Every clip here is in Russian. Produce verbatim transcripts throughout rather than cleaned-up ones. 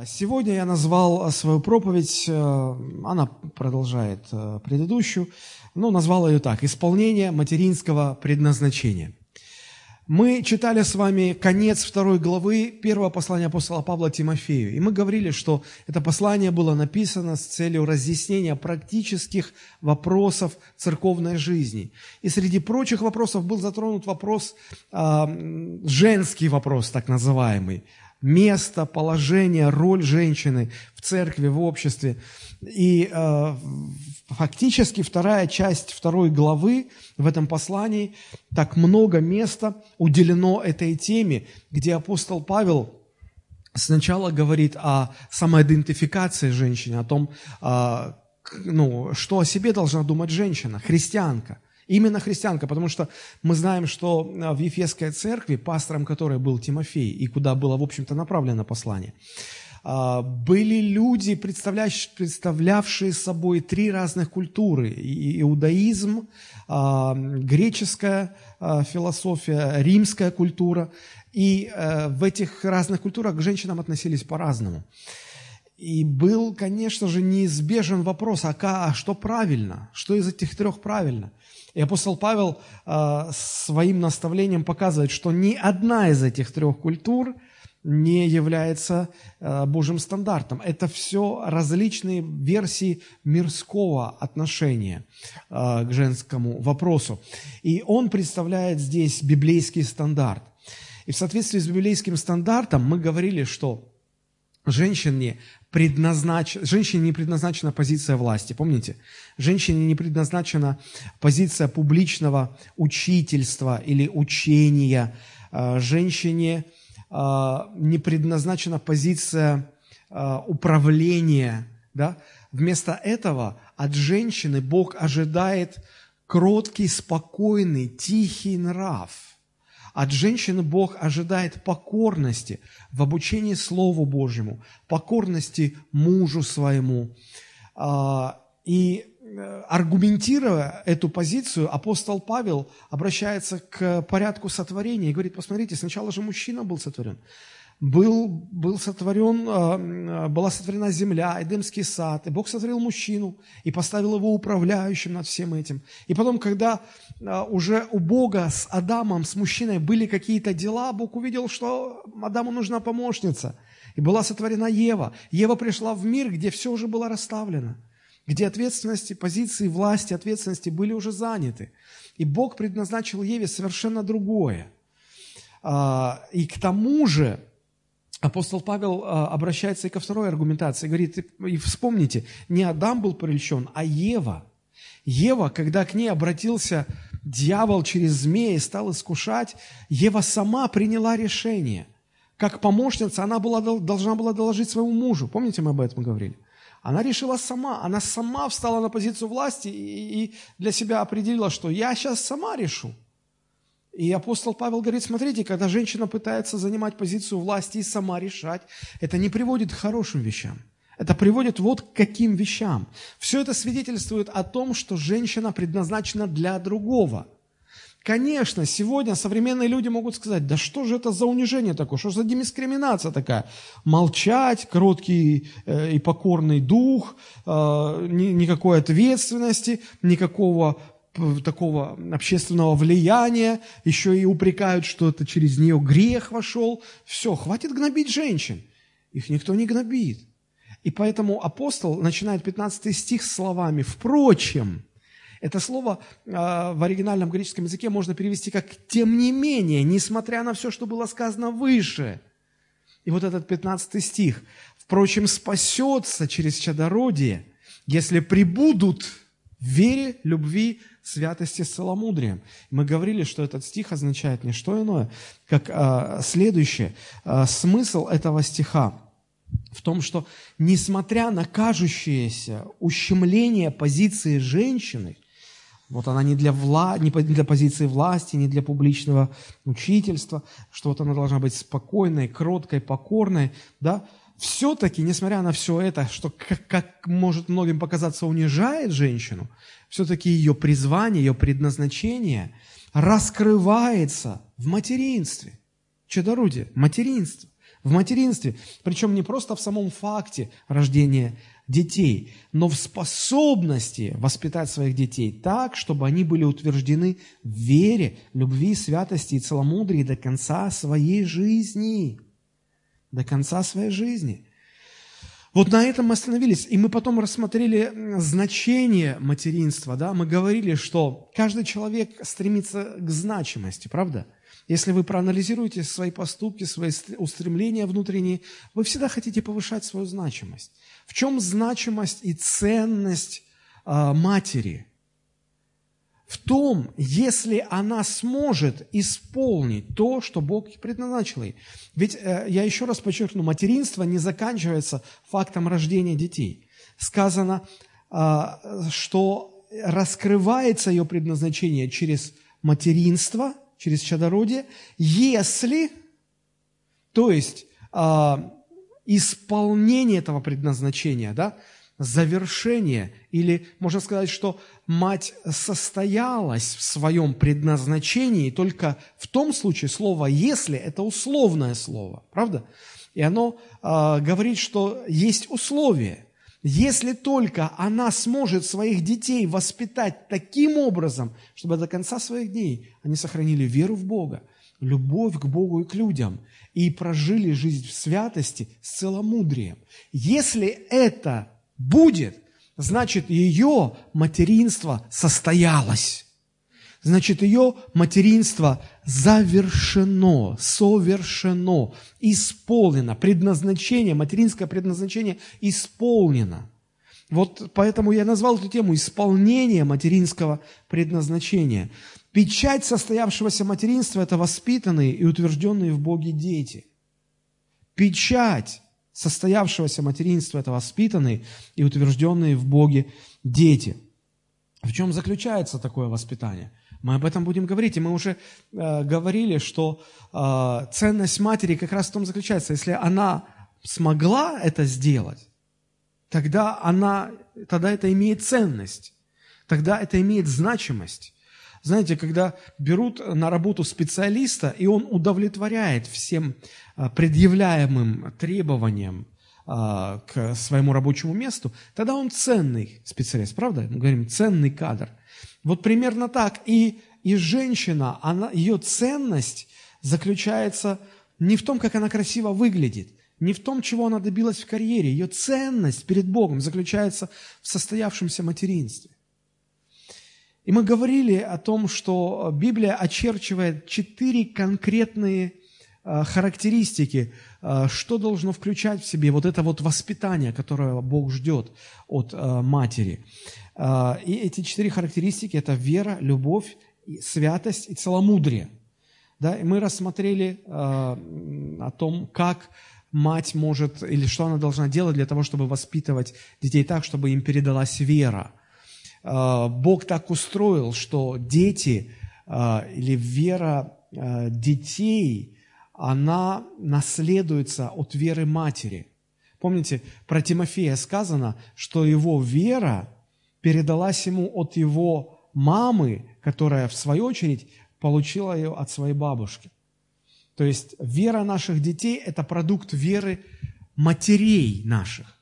Сегодня я назвал свою проповедь, она продолжает предыдущую, но назвал ее так: «Исполнение материнского предназначения». Мы читали с вами конец второй главы первого послания апостола Павла Тимофею, и мы говорили, что это послание было написано с целью разъяснения практических вопросов церковной жизни. И среди прочих вопросов был затронут вопрос, э, женский вопрос, так называемый, место, положение, роль женщины в церкви, в обществе. И э, фактически вторая часть второй главы в этом послании, так много места уделено этой теме, где апостол Павел сначала говорит о самоидентификации женщины, о том, э, ну, что о себе должна думать женщина, христианка. Именно христианка, потому что мы знаем, что в Ефесской церкви, пастором которой был Тимофей, и куда было, в общем-то, направлено послание, были люди, представлявшие собой три разных культуры: иудаизм, греческая философия, римская культура. И в этих разных культурах к женщинам относились по-разному. И был, конечно же, неизбежен вопрос, а, а что правильно, что из этих трех правильно? И апостол Павел э, своим наставлением показывает, что ни одна из этих трех культур не является э, Божьим стандартом. Это все различные версии мирского отношения э, к женскому вопросу. И он представляет здесь библейский стандарт. И в соответствии с библейским стандартом мы говорили, что Женщине, предназнач... Женщине не предназначена позиция власти, помните? Женщине не предназначена позиция публичного учительства или учения. Женщине не предназначена позиция управления. Да? Вместо этого от женщины Бог ожидает кроткий, спокойный, тихий нрав. От женщины Бог ожидает покорности в обучении Слову Божьему, покорности мужу своему. И аргументируя эту позицию, апостол Павел обращается к порядку сотворения и говорит: посмотрите, сначала же мужчина был сотворен. Был, был сотворен, была сотворена земля, Эдемский сад, и Бог сотворил мужчину и поставил его управляющим над всем этим. И потом, когда уже у Бога с Адамом, с мужчиной были какие-то дела, Бог увидел, что Адаму нужна помощница. И была сотворена Ева. Ева пришла в мир, где все уже было расставлено, где ответственности, позиции власти, ответственности были уже заняты. И Бог предназначил Еве совершенно другое. И к тому же, апостол Павел а, обращается и ко второй аргументации, говорит: и вспомните, не Адам был прельщен, а Ева. Ева, когда к ней обратился дьявол через змея и стал искушать, Ева сама приняла решение. Как помощница она была, должна была доложить своему мужу. Помните, мы об этом говорили? Она решила сама, она сама встала на позицию власти и, и для себя определила, что я сейчас сама решу. И апостол Павел говорит: смотрите, когда женщина пытается занимать позицию власти и сама решать, это не приводит к хорошим вещам. Это приводит вот к каким вещам. Все это свидетельствует о том, что женщина предназначена для другого. Конечно, сегодня современные люди могут сказать: да что же это за унижение такое, что за дискриминация такая? Молчать, кроткий э, и покорный дух, э, ни, никакой ответственности, никакого такого общественного влияния, еще и упрекают, что это через нее грех вошел. Все, хватит гнобить женщин. Их никто не гнобит. И поэтому апостол начинает пятнадцатый стих словами «впрочем». Это слово э, в оригинальном греческом языке можно перевести как «тем не менее», несмотря на все, что было сказано выше. И вот этот пятнадцатый стих: «Впрочем, спасется через чадородие, если прибудут в вере, любви, святости с целомудрием». Мы говорили, что этот стих означает не что иное, как а, следующее. А, смысл этого стиха в том, что несмотря на кажущееся ущемление позиции женщины, вот она не для, вла... не для позиции власти, не для публичного учительства, что вот она должна быть спокойной, кроткой, покорной, да, все-таки, несмотря на все это, что, как, как может многим показаться, унижает женщину, все-таки ее призвание, ее предназначение раскрывается в материнстве. Чадородие, материнство. В материнстве, причем не просто в самом факте рождения детей, но в способности воспитать своих детей так, чтобы они были утверждены в вере, любви, святости и целомудрии до конца своей жизни. До конца своей жизни. Вот на этом мы остановились, и мы потом рассмотрели значение материнства, да, мы говорили, что каждый человек стремится к значимости, правда? Если вы проанализируете свои поступки, свои устремления внутренние, вы всегда хотите повышать свою значимость. В чем значимость и ценность э, матери? В том, если она сможет исполнить то, что Бог предназначил ей. Ведь, э, я еще раз подчеркну, материнство не заканчивается фактом рождения детей. Сказано, э, что раскрывается ее предназначение через материнство, через чадородие, если, то есть, э, исполнение этого предназначения, да, завершение, или можно сказать, что мать состоялась в своем предназначении только в том случае слово «если» – это условное слово, правда? И оно э, говорит, что есть условия. Если только она сможет своих детей воспитать таким образом, чтобы до конца своих дней они сохранили веру в Бога, любовь к Богу и к людям, и прожили жизнь в святости с целомудрием. Если это будет, значит, ее материнство состоялось. Значит, ее материнство завершено, совершено, исполнено. Предназначение, материнское предназначение исполнено. Вот поэтому я назвал эту тему «Исполнение материнского предназначения». Печать состоявшегося материнства – это воспитанные и утвержденные в Боге дети. Печать состоявшегося материнства – это воспитанные и утвержденные в Боге дети. В чем заключается такое воспитание? Мы об этом будем говорить, и мы уже э, говорили, что э, ценность матери как раз в том заключается, если она смогла это сделать, тогда, она, тогда это имеет ценность, тогда это имеет значимость. Знаете, когда берут на работу специалиста, и он удовлетворяет всем предъявляемым требованиям к своему рабочему месту, тогда он ценный специалист, правда? Мы говорим, ценный кадр. Вот примерно так. И, и женщина, она, ее ценность заключается не в том, как она красиво выглядит, не в том, чего она добилась в карьере. Ее ценность перед Богом заключается в состоявшемся материнстве. И мы говорили о том, что Библия очерчивает четыре конкретные э, характеристики, э, что должно включать в себе вот это вот воспитание, которое Бог ждет от э, матери. Э, и эти четыре характеристики – это вера, любовь, святость и целомудрие. Да? И мы рассмотрели э, о том, как мать может, или что она должна делать для того, чтобы воспитывать детей так, чтобы им передалась вера. Бог так устроил, что дети или вера детей, она наследуется от веры матери. Помните, про Тимофея сказано, что его вера передалась ему от его мамы, которая, в свою очередь, получила ее от своей бабушки. То есть вера наших детей – это продукт веры матерей наших,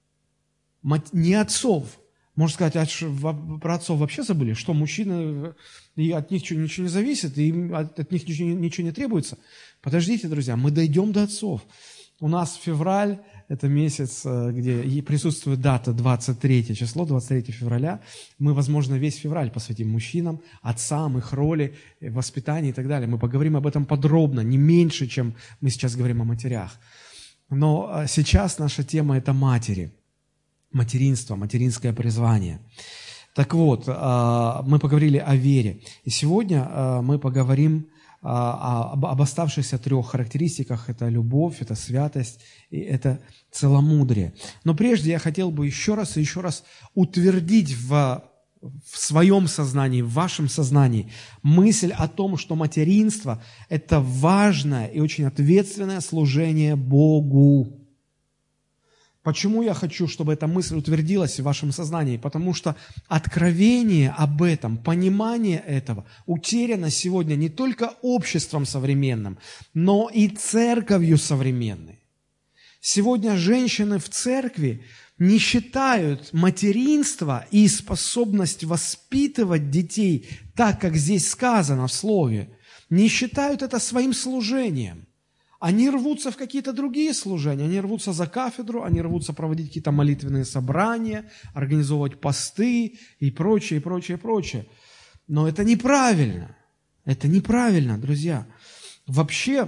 не отцов. Можно сказать, а про отцов вообще забыли, что мужчины, и от них ничего не зависит, и от, от них ничего, ничего не требуется. Подождите, друзья, мы дойдем до отцов. У нас февраль – это месяц, где присутствует дата двадцать третье число, двадцать третьего февраля. Мы, возможно, весь февраль посвятим мужчинам, отцам, их роли, воспитанию и так далее. Мы поговорим об этом подробно, не меньше, чем мы сейчас говорим о матерях. Но сейчас наша тема – это матери. Материнство, материнское призвание. Так вот, мы поговорили о вере. И сегодня мы поговорим об оставшихся трех характеристиках. Это любовь, это святость и это целомудрие. Но прежде я хотел бы еще раз и еще раз утвердить в, в своем сознании, в вашем сознании мысль о том, что материнство – это важное и очень ответственное служение Богу. Почему я хочу, чтобы эта мысль утвердилась в вашем сознании? Потому что откровение об этом, понимание этого утеряно сегодня не только обществом современным, но и церковью современной. Сегодня женщины в церкви не считают материнство и способность воспитывать детей так, как здесь сказано в Слове, не считают это своим служением. Они рвутся в какие-то другие служения, они рвутся за кафедру, они рвутся проводить какие-то молитвенные собрания, организовывать посты и прочее, и прочее, и прочее. Но это неправильно. Это неправильно, друзья. Вообще,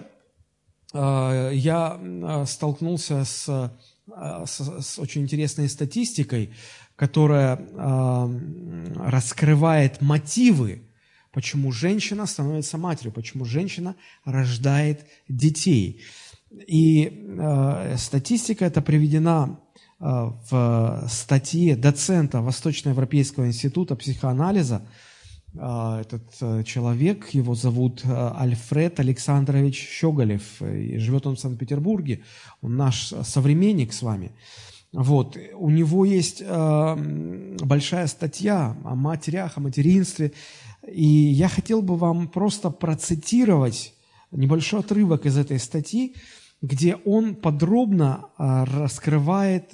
я столкнулся с, с, с очень интересной статистикой, которая раскрывает мотивы, почему женщина становится матерью, почему женщина рождает детей. И э, статистика эта приведена э, в статье доцента Восточноевропейского института психоанализа. Э, этот э, человек, его зовут э, Альфред Александрович Щеголев, и живет он в Санкт-Петербурге, он наш современник с вами. Вот. У него есть э, большая статья о матерях, о материнстве. И я хотел бы вам просто процитировать небольшой отрывок из этой статьи, где он подробно раскрывает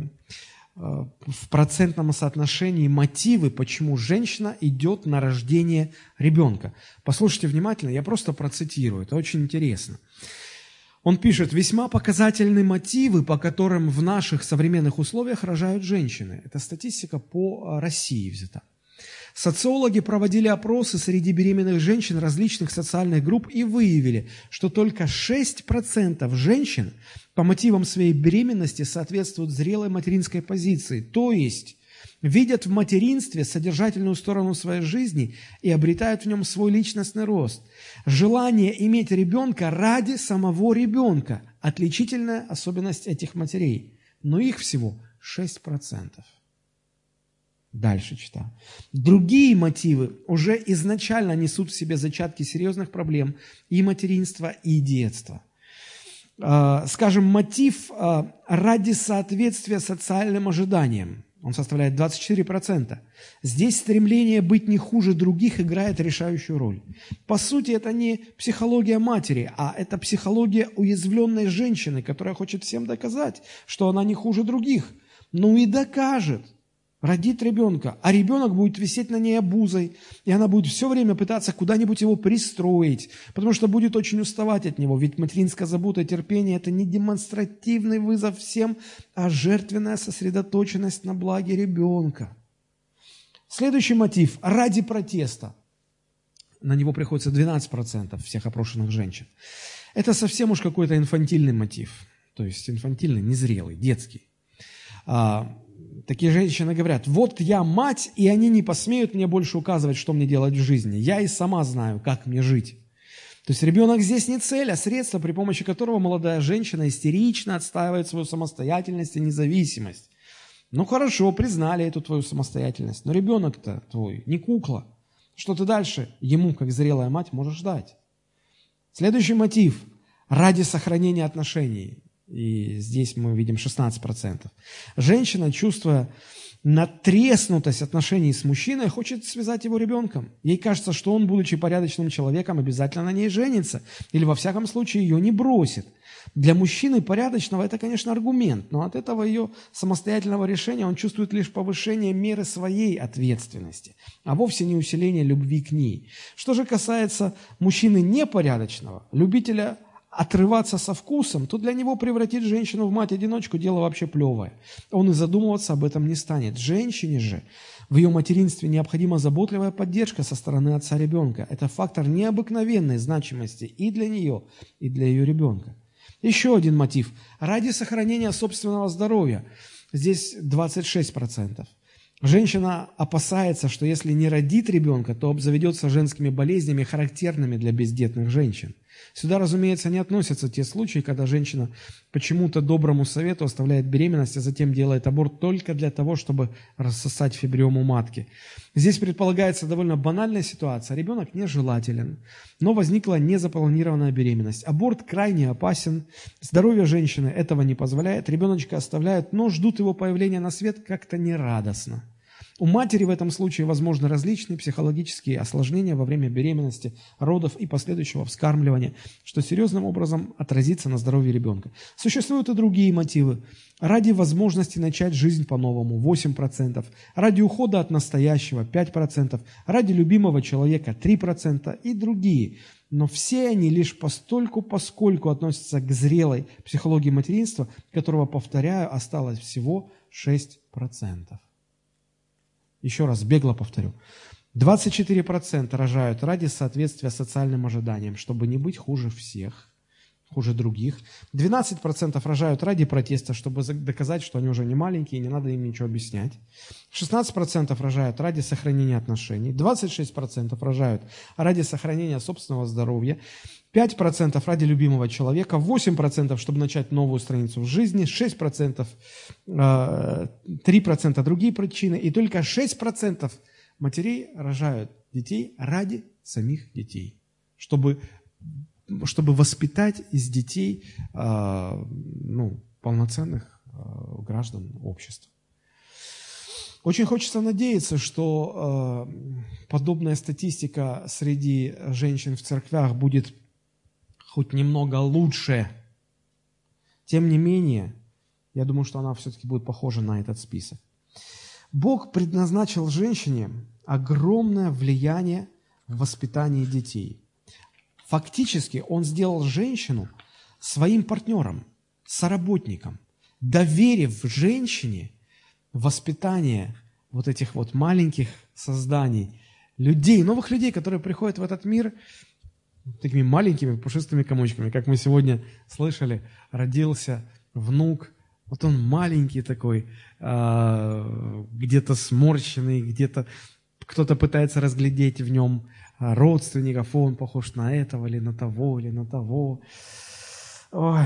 в процентном соотношении мотивы, почему женщина идет на рождение ребенка. Послушайте внимательно, я просто процитирую, это очень интересно. Он пишет: «Весьма показательны мотивы, по которым в наших современных условиях рожают женщины». Это статистика по России взята. Социологи проводили опросы среди беременных женщин различных социальных групп и выявили, что только шесть процентов женщин по мотивам своей беременности соответствуют зрелой материнской позиции, то есть видят в материнстве содержательную сторону своей жизни и обретают в нем свой личностный рост. Желание иметь ребенка ради самого ребенка – отличительная особенность этих матерей, но их всего шесть процентов. Дальше читаю. Другие мотивы уже изначально несут в себе зачатки серьезных проблем и материнства, и детства. Скажем, мотив ради соответствия социальным ожиданиям, он составляет двадцать четыре процента. Здесь стремление быть не хуже других играет решающую роль. По сути, это не психология матери, а это психология уязвленной женщины, которая хочет всем доказать, что она не хуже других. Ну и докажет. Родит ребенка, а ребенок будет висеть на ней обузой, и она будет все время пытаться куда-нибудь его пристроить, потому что будет очень уставать от него, ведь материнская забота и терпение – это не демонстративный вызов всем, а жертвенная сосредоточенность на благе ребенка. Следующий мотив – ради протеста. На него приходится двенадцать процентов всех опрошенных женщин. Это совсем уж какой-то инфантильный мотив, то есть инфантильный, незрелый, детский. Такие женщины говорят: вот я мать, и они не посмеют мне больше указывать, что мне делать в жизни. Я и сама знаю, как мне жить. То есть ребенок здесь не цель, а средство, при помощи которого молодая женщина истерично отстаивает свою самостоятельность и независимость. Ну хорошо, признали эту твою самостоятельность, но ребенок-то твой не кукла. Что ты дальше ему, как зрелая мать, можешь дать? Следующий мотив – ради сохранения отношений. И здесь мы видим шестнадцать процентов. Женщина, чувствуя натреснутость отношений с мужчиной, хочет связать его ребенком. Ей кажется, что он, будучи порядочным человеком, обязательно на ней женится. Или, во всяком случае, ее не бросит. Для мужчины порядочного это, конечно, аргумент, но от этого ее самостоятельного решения он чувствует лишь повышение меры своей ответственности, а вовсе не усиление любви к ней. Что же касается мужчины непорядочного, любителя отрываться со вкусом, то для него превратить женщину в мать-одиночку – дело вообще плевое. Он и задумываться об этом не станет. Женщине же в ее материнстве необходима заботливая поддержка со стороны отца ребенка. Это фактор необыкновенной значимости и для нее, и для ее ребенка. Еще один мотив – ради сохранения собственного здоровья. Здесь двадцать шесть процентов. Женщина опасается, что если не родит ребенка, то обзаведется женскими болезнями, характерными для бездетных женщин. Сюда, разумеется, не относятся те случаи, когда женщина почему-то доброму совету оставляет беременность, а затем делает аборт только для того, чтобы рассосать фибриом у матки. Здесь предполагается довольно банальная ситуация. Ребенок нежелателен, но возникла незапланированная беременность. Аборт крайне опасен, здоровье женщины этого не позволяет, ребеночка оставляют, но ждут его появления на свет как-то нерадостно. У матери в этом случае возможны различные психологические осложнения во время беременности, родов и последующего вскармливания, что серьезным образом отразится на здоровье ребенка. Существуют и другие мотивы. Ради возможности начать жизнь по-новому – восемь процентов, ради ухода от настоящего – пять процентов, ради любимого человека – три процента и другие. Но все они лишь постольку, поскольку относятся к зрелой психологии материнства, которого, повторяю, осталось всего шесть процентов. Еще раз, бегло повторю. двадцать четыре процента рожают ради соответствия социальным ожиданиям, чтобы не быть хуже всех, хуже других. двенадцать процентов рожают ради протеста, чтобы доказать, что они уже не маленькие, и не надо им ничего объяснять. шестнадцать процентов рожают ради сохранения отношений. двадцать шесть процентов рожают ради сохранения собственного здоровья. пять процентов ради любимого человека, восемь процентов, чтобы начать новую страницу в жизни, шесть процентов, три процента другие причины, и только шесть процентов матерей рожают детей ради самих детей, чтобы, чтобы воспитать из детей ну, полноценных граждан общества. Очень хочется надеяться, что подобная статистика среди женщин в церквях будет хоть немного лучше. Тем не менее, я думаю, что она все-таки будет похожа на этот список. Бог предназначил женщине огромное влияние в воспитании детей. Фактически Он сделал женщину своим партнером, соработником, доверив женщине воспитание вот этих вот маленьких созданий, людей, новых людей, которые приходят в этот мир такими маленькими пушистыми комочками. Как мы сегодня слышали, родился внук, вот он маленький такой, где-то сморщенный, где-то кто-то пытается разглядеть в нем родственников, он похож на этого, или на того, или на того. Ой.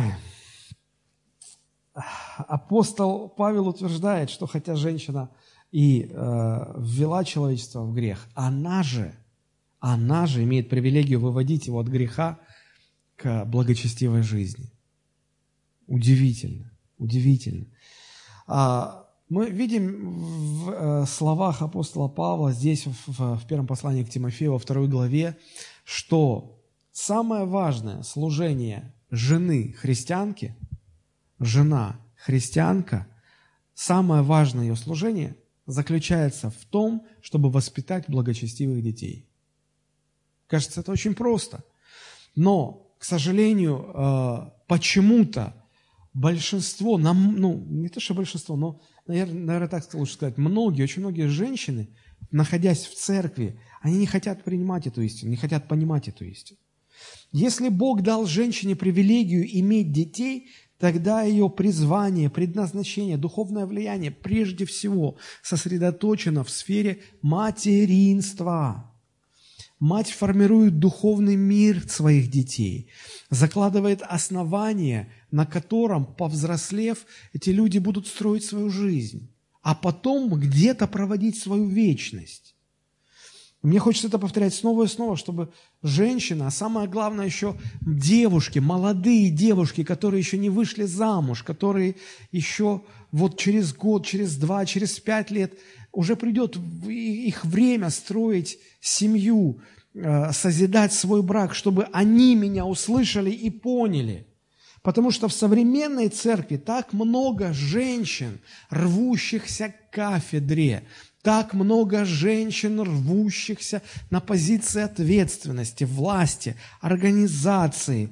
Апостол Павел утверждает, что хотя женщина и э, ввела человечество в грех, она же, она же имеет привилегию выводить его от греха к благочестивой жизни. Удивительно, удивительно. А, мы видим в э, словах апостола Павла здесь, в, в первом послании к Тимофею, во второй главе, что самое важное служение жены христианки, жена христианка, самое важное ее служение заключается в том, чтобы воспитать благочестивых детей. Кажется, это очень просто. Но, к сожалению, почему-то большинство, ну, не то что большинство, но, наверное, так лучше сказать, многие, очень многие женщины, находясь в церкви, они не хотят принимать эту истину, не хотят понимать эту истину. Если Бог дал женщине привилегию иметь детей, тогда ее призвание, предназначение, духовное влияние прежде всего сосредоточено в сфере материнства. Мать формирует духовный мир своих детей, закладывает основание, на котором, повзрослев, эти люди будут строить свою жизнь, а потом где-то проводить свою вечность. Мне хочется это повторять снова и снова, чтобы женщина, а самое главное еще девушки, молодые девушки, которые еще не вышли замуж, которые еще вот через год, через два, через пять лет уже придет их время строить семью, созидать свой брак, чтобы они меня услышали и поняли. Потому что в современной церкви так много женщин, рвущихся к кафедре, так много женщин, рвущихся на позиции ответственности, власти, организации.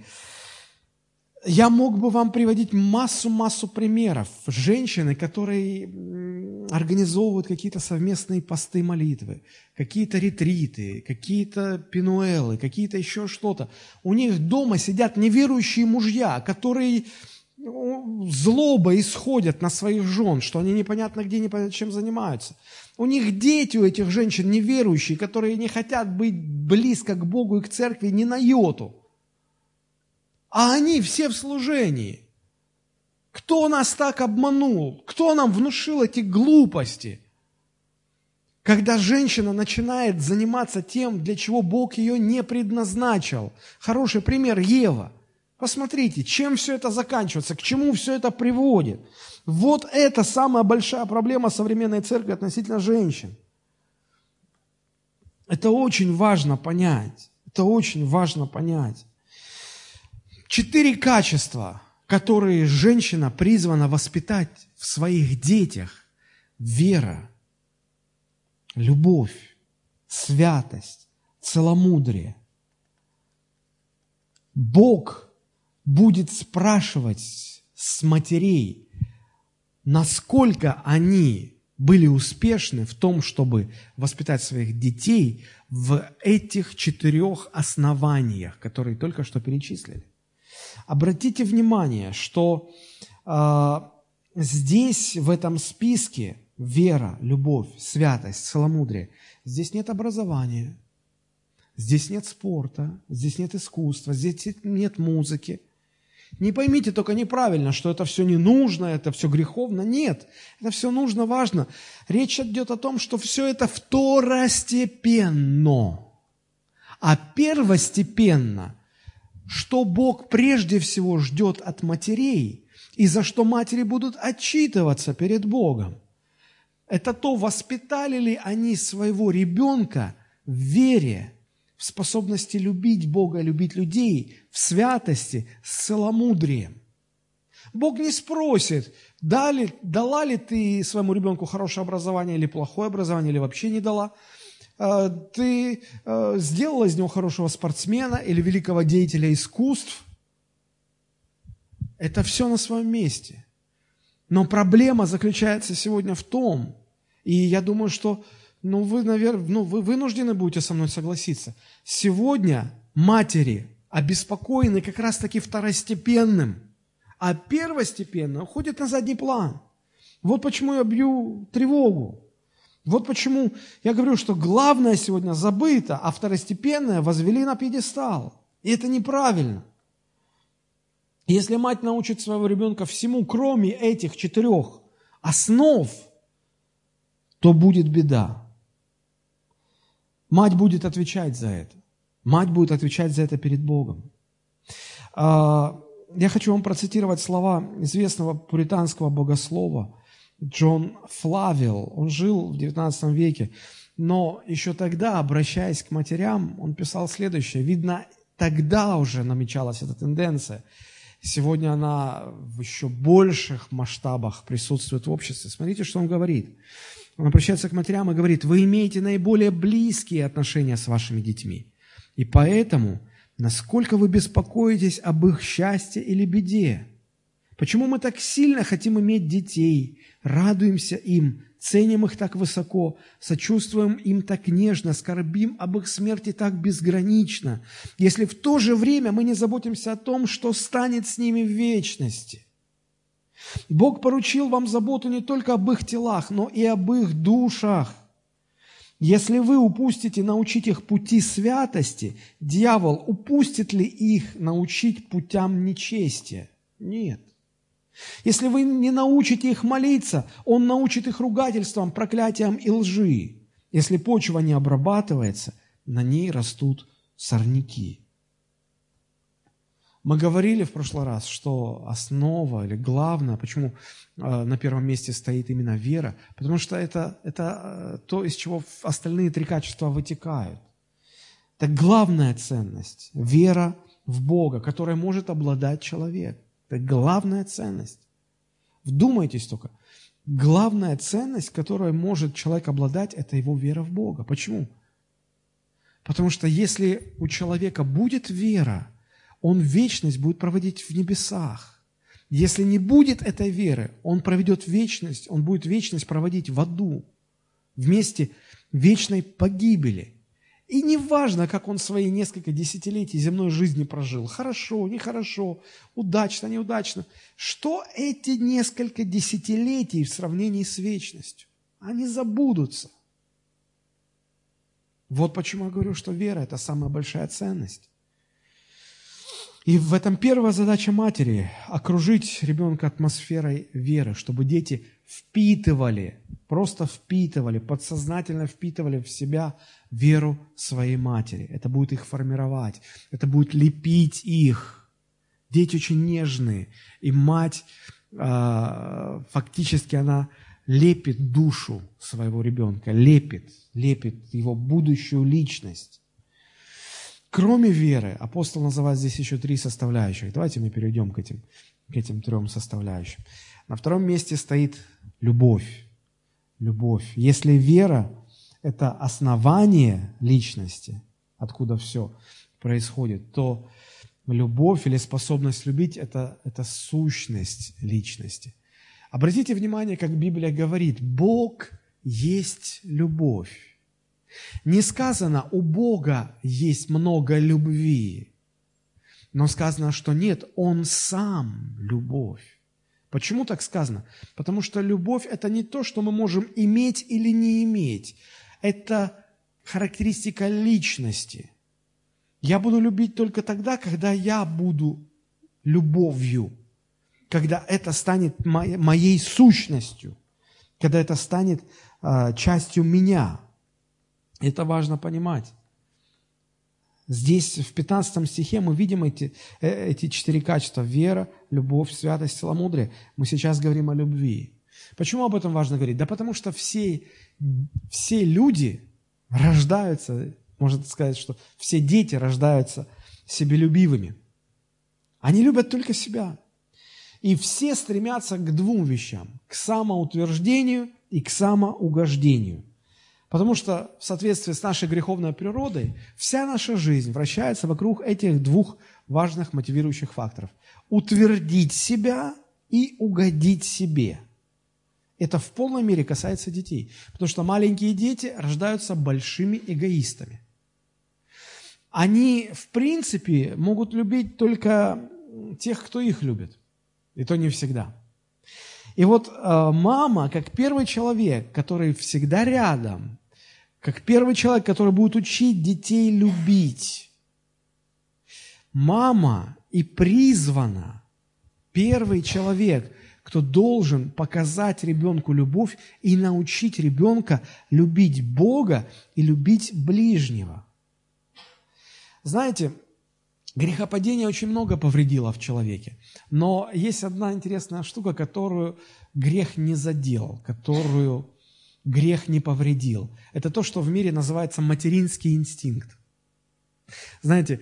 Я мог бы вам приводить массу-массу примеров. Женщины, которые организовывают какие-то совместные посты молитвы, какие-то ретриты, какие-то пинуэлы, какие-то еще что-то. У них дома сидят неверующие мужья, которые злобой исходят на своих жен, что они непонятно где, непонятно чем занимаются. У них дети, у этих женщин неверующие, которые не хотят быть близко к Богу и к церкви ни на йоту. а они все в служении. Кто нас так обманул? Кто нам внушил эти глупости? Когда женщина начинает заниматься тем, для чего Бог ее не предназначил. Хороший пример — Ева. Посмотрите, чем все это заканчивается, к чему все это приводит. Вот это самая большая проблема современной церкви относительно женщин. Это очень важно понять. Это очень важно понять. Четыре качества, которые женщина призвана воспитать в своих детях: вера, любовь, святость, целомудрие. Бог будет спрашивать с матерей, насколько они были успешны в том, чтобы воспитать своих детей в этих четырех основаниях, которые только что перечислили. Обратите внимание, что э, здесь, в этом списке, вера, любовь, святость, целомудрие, здесь нет образования, здесь нет спорта, здесь нет искусства, здесь нет музыки. Не поймите только неправильно, что это все не нужно, это все греховно. Нет, это все нужно, важно. Речь идет о том, что все это второстепенно. А первостепенно, что Бог прежде всего ждет от матерей, и за что матери будут отчитываться перед Богом, это то, воспитали ли они своего ребенка в вере, в способности любить Бога, любить людей, в святости, с целомудрием. Бог не спросит, дали, дала ли ты своему ребенку хорошее образование или плохое образование, или вообще не дала. Ты сделала из него хорошего спортсмена или великого деятеля искусств. Это все на своем месте. Но проблема заключается сегодня в том, и я думаю, что ну, вы, наверное, ну, вы вынуждены будете со мной согласиться, сегодня матери обеспокоены как раз-таки второстепенным, а первостепенно уходит на задний план. Вот почему я бью тревогу. Вот почему я говорю, что главное сегодня забыто, а второстепенное возвели на пьедестал. И это неправильно. Если мать научит своего ребенка всему, кроме этих четырех основ, то будет беда. Мать будет отвечать за это. Мать будет отвечать за это перед Богом. Я хочу вам процитировать слова известного пуританского богослова Джон Флавилл. Он жил в девятнадцатом веке, но еще тогда, обращаясь к матерям, он писал следующее. Видно, тогда уже намечалась эта тенденция. Сегодня она в еще больших масштабах присутствует в обществе. Смотрите, что он говорит. Он обращается к матерям и говорит: вы имеете наиболее близкие отношения с вашими детьми. И поэтому, насколько вы беспокоитесь об их счастье или беде? Почему мы так сильно хотим иметь детей, радуемся им, ценим их так высоко, сочувствуем им так нежно, скорбим об их смерти так безгранично, если в то же время мы не заботимся о том, что станет с ними в вечности? Бог поручил вам заботу не только об их телах, но и об их душах. Если вы упустите научить их пути святости, дьявол упустит ли их научить путям нечестия? Нет. Если вы не научите их молиться, он научит их ругательствам, проклятиям и лжи. Если почва не обрабатывается, на ней растут сорняки. Мы говорили в прошлый раз, что основа или главное, почему э, на первом месте стоит именно вера, потому что это, это э, то, из чего остальные три качества вытекают. Это главная ценность – вера в Бога, которой может обладать человек. Это главная ценность. Вдумайтесь только. Главная ценность, которой может человек обладать, это его вера в Бога. Почему? Потому что если у человека будет вера, он вечность будет проводить в небесах. Если не будет этой веры, он проведет вечность, он будет вечность проводить в аду, в месте вечной погибели. И не важно, как он свои несколько десятилетий земной жизни прожил. Хорошо, нехорошо, удачно, неудачно. Что эти несколько десятилетий в сравнении с вечностью? Они забудутся. Вот почему я говорю, что вера – это самая большая ценность. И в этом первая задача матери – окружить ребенка атмосферой веры, чтобы дети впитывали, просто впитывали, подсознательно впитывали в себя веру своей матери. Это будет их формировать, это будет лепить их. Дети очень нежные, и мать, э, фактически она лепит душу своего ребенка, лепит, лепит его будущую личность. Кроме веры, апостол называет здесь еще три составляющих. Давайте мы перейдем к этим, к этим трем составляющим. На втором месте стоит любовь. Любовь. Если вера – это основание личности, откуда все происходит, то любовь или способность любить – это, это сущность личности. Обратите внимание, как Библия говорит, Бог есть любовь. Не сказано, у Бога есть много любви, но сказано, что нет, Он сам любовь. Почему так сказано? Потому что любовь – это не то, что мы можем иметь или не иметь. Это характеристика личности. Я буду любить только тогда, когда я буду любовью, когда это станет моей сущностью, когда это станет э, частью меня. Это важно понимать. Здесь в пятнадцатом стихе мы видим эти, эти четыре качества: вера, любовь, святость, целомудрие. Мы сейчас говорим о любви. Почему об этом важно говорить? Да потому что все, все люди рождаются, можно сказать, что все дети рождаются себелюбивыми. Они любят только себя. И все стремятся к двум вещам: к самоутверждению и к самоугождению. Потому что в соответствии с нашей греховной природой вся наша жизнь вращается вокруг этих двух важных мотивирующих факторов. Утвердить себя и угодить себе. Это в полной мере касается детей. Потому что маленькие дети рождаются большими эгоистами. Они, в принципе, могут любить только тех, кто их любит. И то не всегда. И вот э, мама, как первый человек, который всегда рядом, как первый человек, который будет учить детей любить, мама и призвана, первый человек, кто должен показать ребенку любовь и научить ребенка любить Бога и любить ближнего. Знаете, грехопадение очень много повредило в человеке, но есть одна интересная штука, которую грех не задел, которую грех не повредил. Это то, что в мире называется материнский инстинкт. Знаете,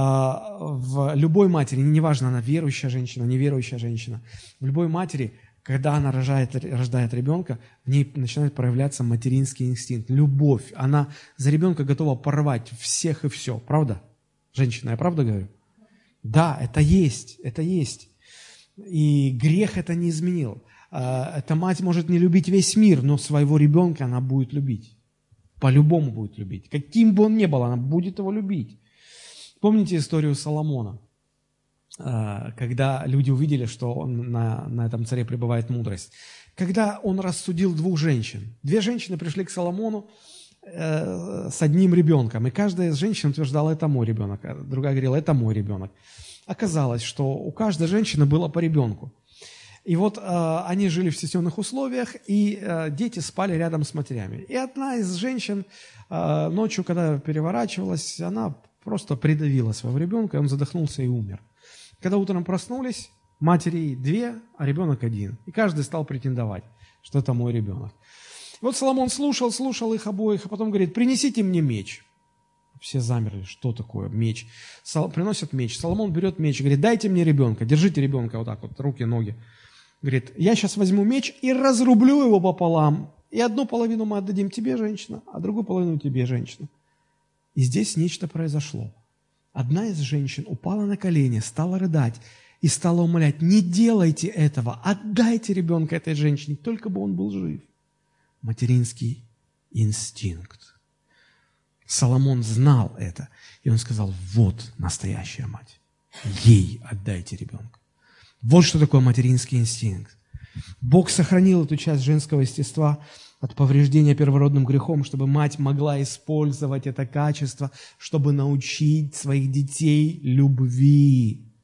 в любой матери, неважно, она верующая женщина, неверующая женщина, в любой матери, когда она рожает, рождает ребенка, в ней начинает проявляться материнский инстинкт, любовь. Она за ребенка готова порвать всех и все. Правда? Женщина, я правда говорю? Да, это есть, это есть. И грех это не изменил. Эта мать может не любить весь мир, но своего ребенка она будет любить. По-любому будет любить. Каким бы он ни был, она будет его любить. Помните историю Соломона? Когда люди увидели, что он, на, на этом царе пребывает мудрость. Когда он рассудил двух женщин. Две женщины пришли к Соломону э, с одним ребенком. И каждая из женщин утверждала, это мой ребенок. А другая говорила, это мой ребенок. Оказалось, что у каждой женщины было по ребенку. И вот э, они жили в стесненных условиях, и э, дети спали рядом с матерями. И одна из женщин э, ночью, когда переворачивалась, она просто придавила своего ребенка, и он задохнулся и умер. Когда утром проснулись, матери две, а ребенок один. И каждый стал претендовать, что это мой ребенок. И вот Соломон слушал, слушал их обоих, а потом говорит, принесите мне меч. Все замерли, что такое меч? Сол... Приносят меч. Соломон берет меч и говорит, дайте мне ребенка, держите ребенка вот так вот, руки, ноги. Говорит, я сейчас возьму меч и разрублю его пополам. И одну половину мы отдадим тебе, женщина, а другую половину тебе, женщина. И здесь нечто произошло. Одна из женщин упала на колени, стала рыдать и стала умолять, не делайте этого, отдайте ребенка этой женщине, только бы он был жив. Материнский инстинкт. Соломон знал это, и он сказал, вот настоящая мать, ей отдайте ребенка. Вот что такое материнский инстинкт. Бог сохранил эту часть женского естества от повреждения первородным грехом, чтобы мать могла использовать это качество, чтобы научить своих детей любви.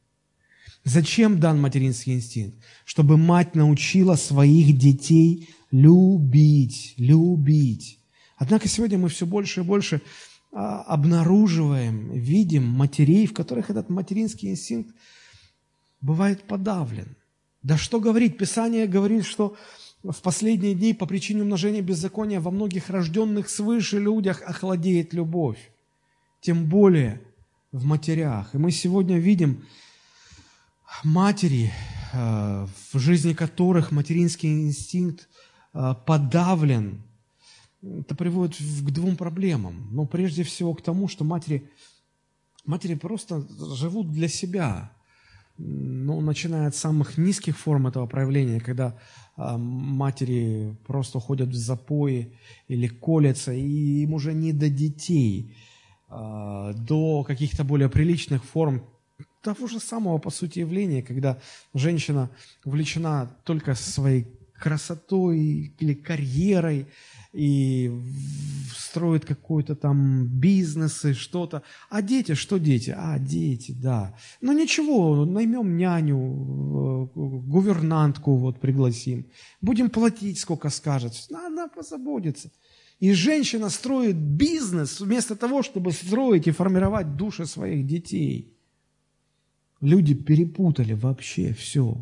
Зачем дан материнский инстинкт? Чтобы мать научила своих детей любить, любить. Однако сегодня мы все больше и больше а, обнаруживаем, видим матерей, в которых этот материнский инстинкт бывает подавлен. Да что говорить, Писание говорит, что в последние дни по причине умножения беззакония во многих рожденных свыше людях охладеет любовь. Тем более в матерях. И мы сегодня видим матери, в жизни которых материнский инстинкт подавлен. Это приводит к двум проблемам. Но прежде всего к тому, что матери, матери просто живут для себя. Ну, начиная от самых низких форм этого проявления, когда а, матери просто уходят в запои или колятся, и им уже не до детей, а, до каких-то более приличных форм того же самого, по сути, явления, когда женщина увлечена только своей красотой или карьерой, и строит какой-то там бизнес и что-то. А дети, что дети? А, дети, да. Ну ничего, наймем няню, гувернантку вот пригласим. Будем платить, сколько скажет. Она позаботится. И женщина строит бизнес вместо того, чтобы строить и формировать души своих детей. Люди перепутали вообще все.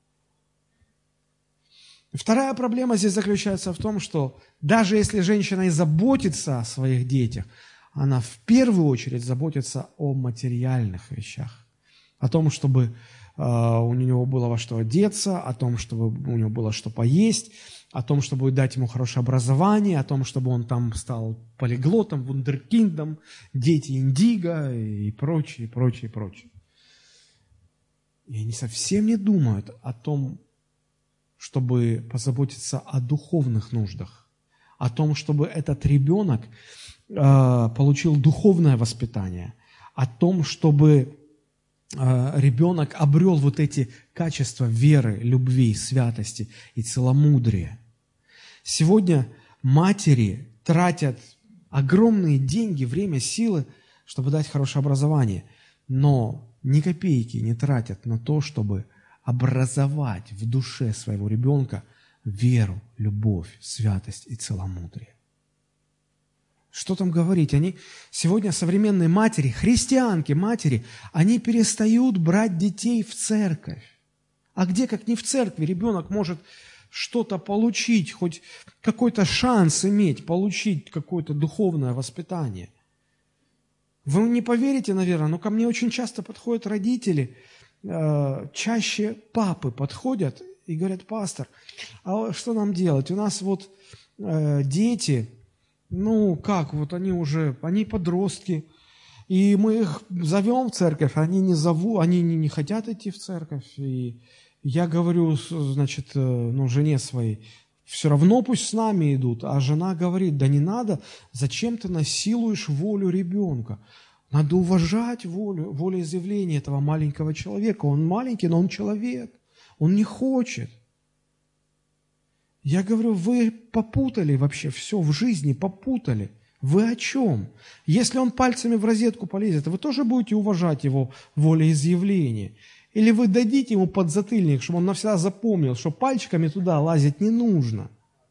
Вторая проблема здесь заключается в том, что даже если женщина и заботится о своих детях, она в первую очередь заботится о материальных вещах. О том, чтобы э, у него было во что одеться, о том, чтобы у него было что поесть, о том, чтобы дать ему хорошее образование, о том, чтобы он там стал полиглотом, вундеркиндом, дети индиго и прочее, прочее, прочее. И они совсем не думают о том, чтобы позаботиться о духовных нуждах, о том, чтобы этот ребенок э, получил духовное воспитание, о том, чтобы э, ребенок обрел вот эти качества веры, любви, святости и целомудрия. Сегодня матери тратят огромные деньги, время, силы, чтобы дать хорошее образование, но ни копейки не тратят на то, чтобы образовать в душе своего ребенка веру, любовь, святость и целомудрие. Что там говорить? Они сегодня современные матери, христианки, матери, они перестают брать детей в церковь. А где, как не в церкви, ребенок может что-то получить, хоть какой-то шанс иметь, получить какое-то духовное воспитание? Вы не поверите, наверное, но ко мне очень часто подходят родители, чаще папы подходят и говорят: пастор, а что нам делать? У нас вот э, дети, ну как, вот они уже, они подростки, и мы их зовем в церковь, они не зовут, они не, не хотят идти в церковь. И я говорю, значит, ну, жене своей, все равно пусть с нами идут. А жена говорит: да не надо, зачем ты насилуешь волю ребенка? Надо уважать волю, волеизъявление этого маленького человека. Он маленький, но он человек. Он не хочет. Я говорю, вы попутали вообще все в жизни, попутали. Вы о чем? Если он пальцами в розетку полезет, вы тоже будете уважать его волеизъявление? Или вы дадите ему подзатыльник, чтобы он навсегда запомнил, что пальчиками туда лазить не нужно?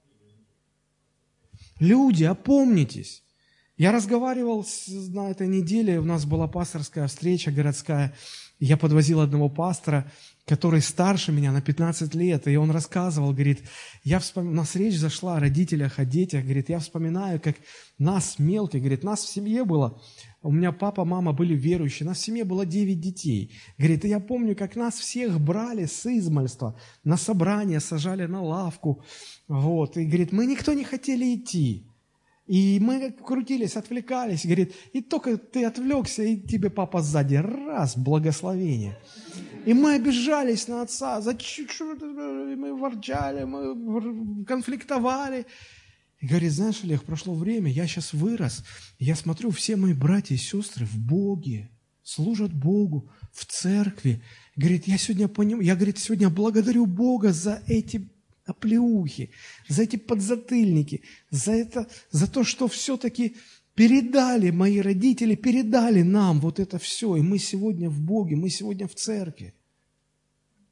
Люди, опомнитесь. Я разговаривал на этой неделе, у нас была пасторская встреча городская, я подвозил одного пастора, который старше меня на пятнадцать лет, и он рассказывал, говорит, я вспом... у нас речь зашла о родителях, о детях, говорит, я вспоминаю, как нас мелких, говорит, нас в семье было, у меня папа, мама были верующие, нас в семье было девять детей, говорит, и я помню, как нас всех брали с измальства, на собрание сажали на лавку, вот, и говорит, мы никто не хотели идти. И мы крутились, отвлекались, говорит, и только ты отвлекся, и тебе папа сзади, раз, благословение. И мы обижались на отца, зачем, мы ворчали, мы конфликтовали. И говорит, знаешь, Олег, прошло время, я сейчас вырос, я смотрю, все мои братья и сестры в Боге, служат Богу, в церкви. Говорит, я сегодня понимаю, я, говорит, сегодня благодарю Бога за эти оплеухи, за эти подзатыльники, за это, за то, что все-таки передали мои родители, передали нам вот это все, и мы сегодня в Боге, мы сегодня в церкви.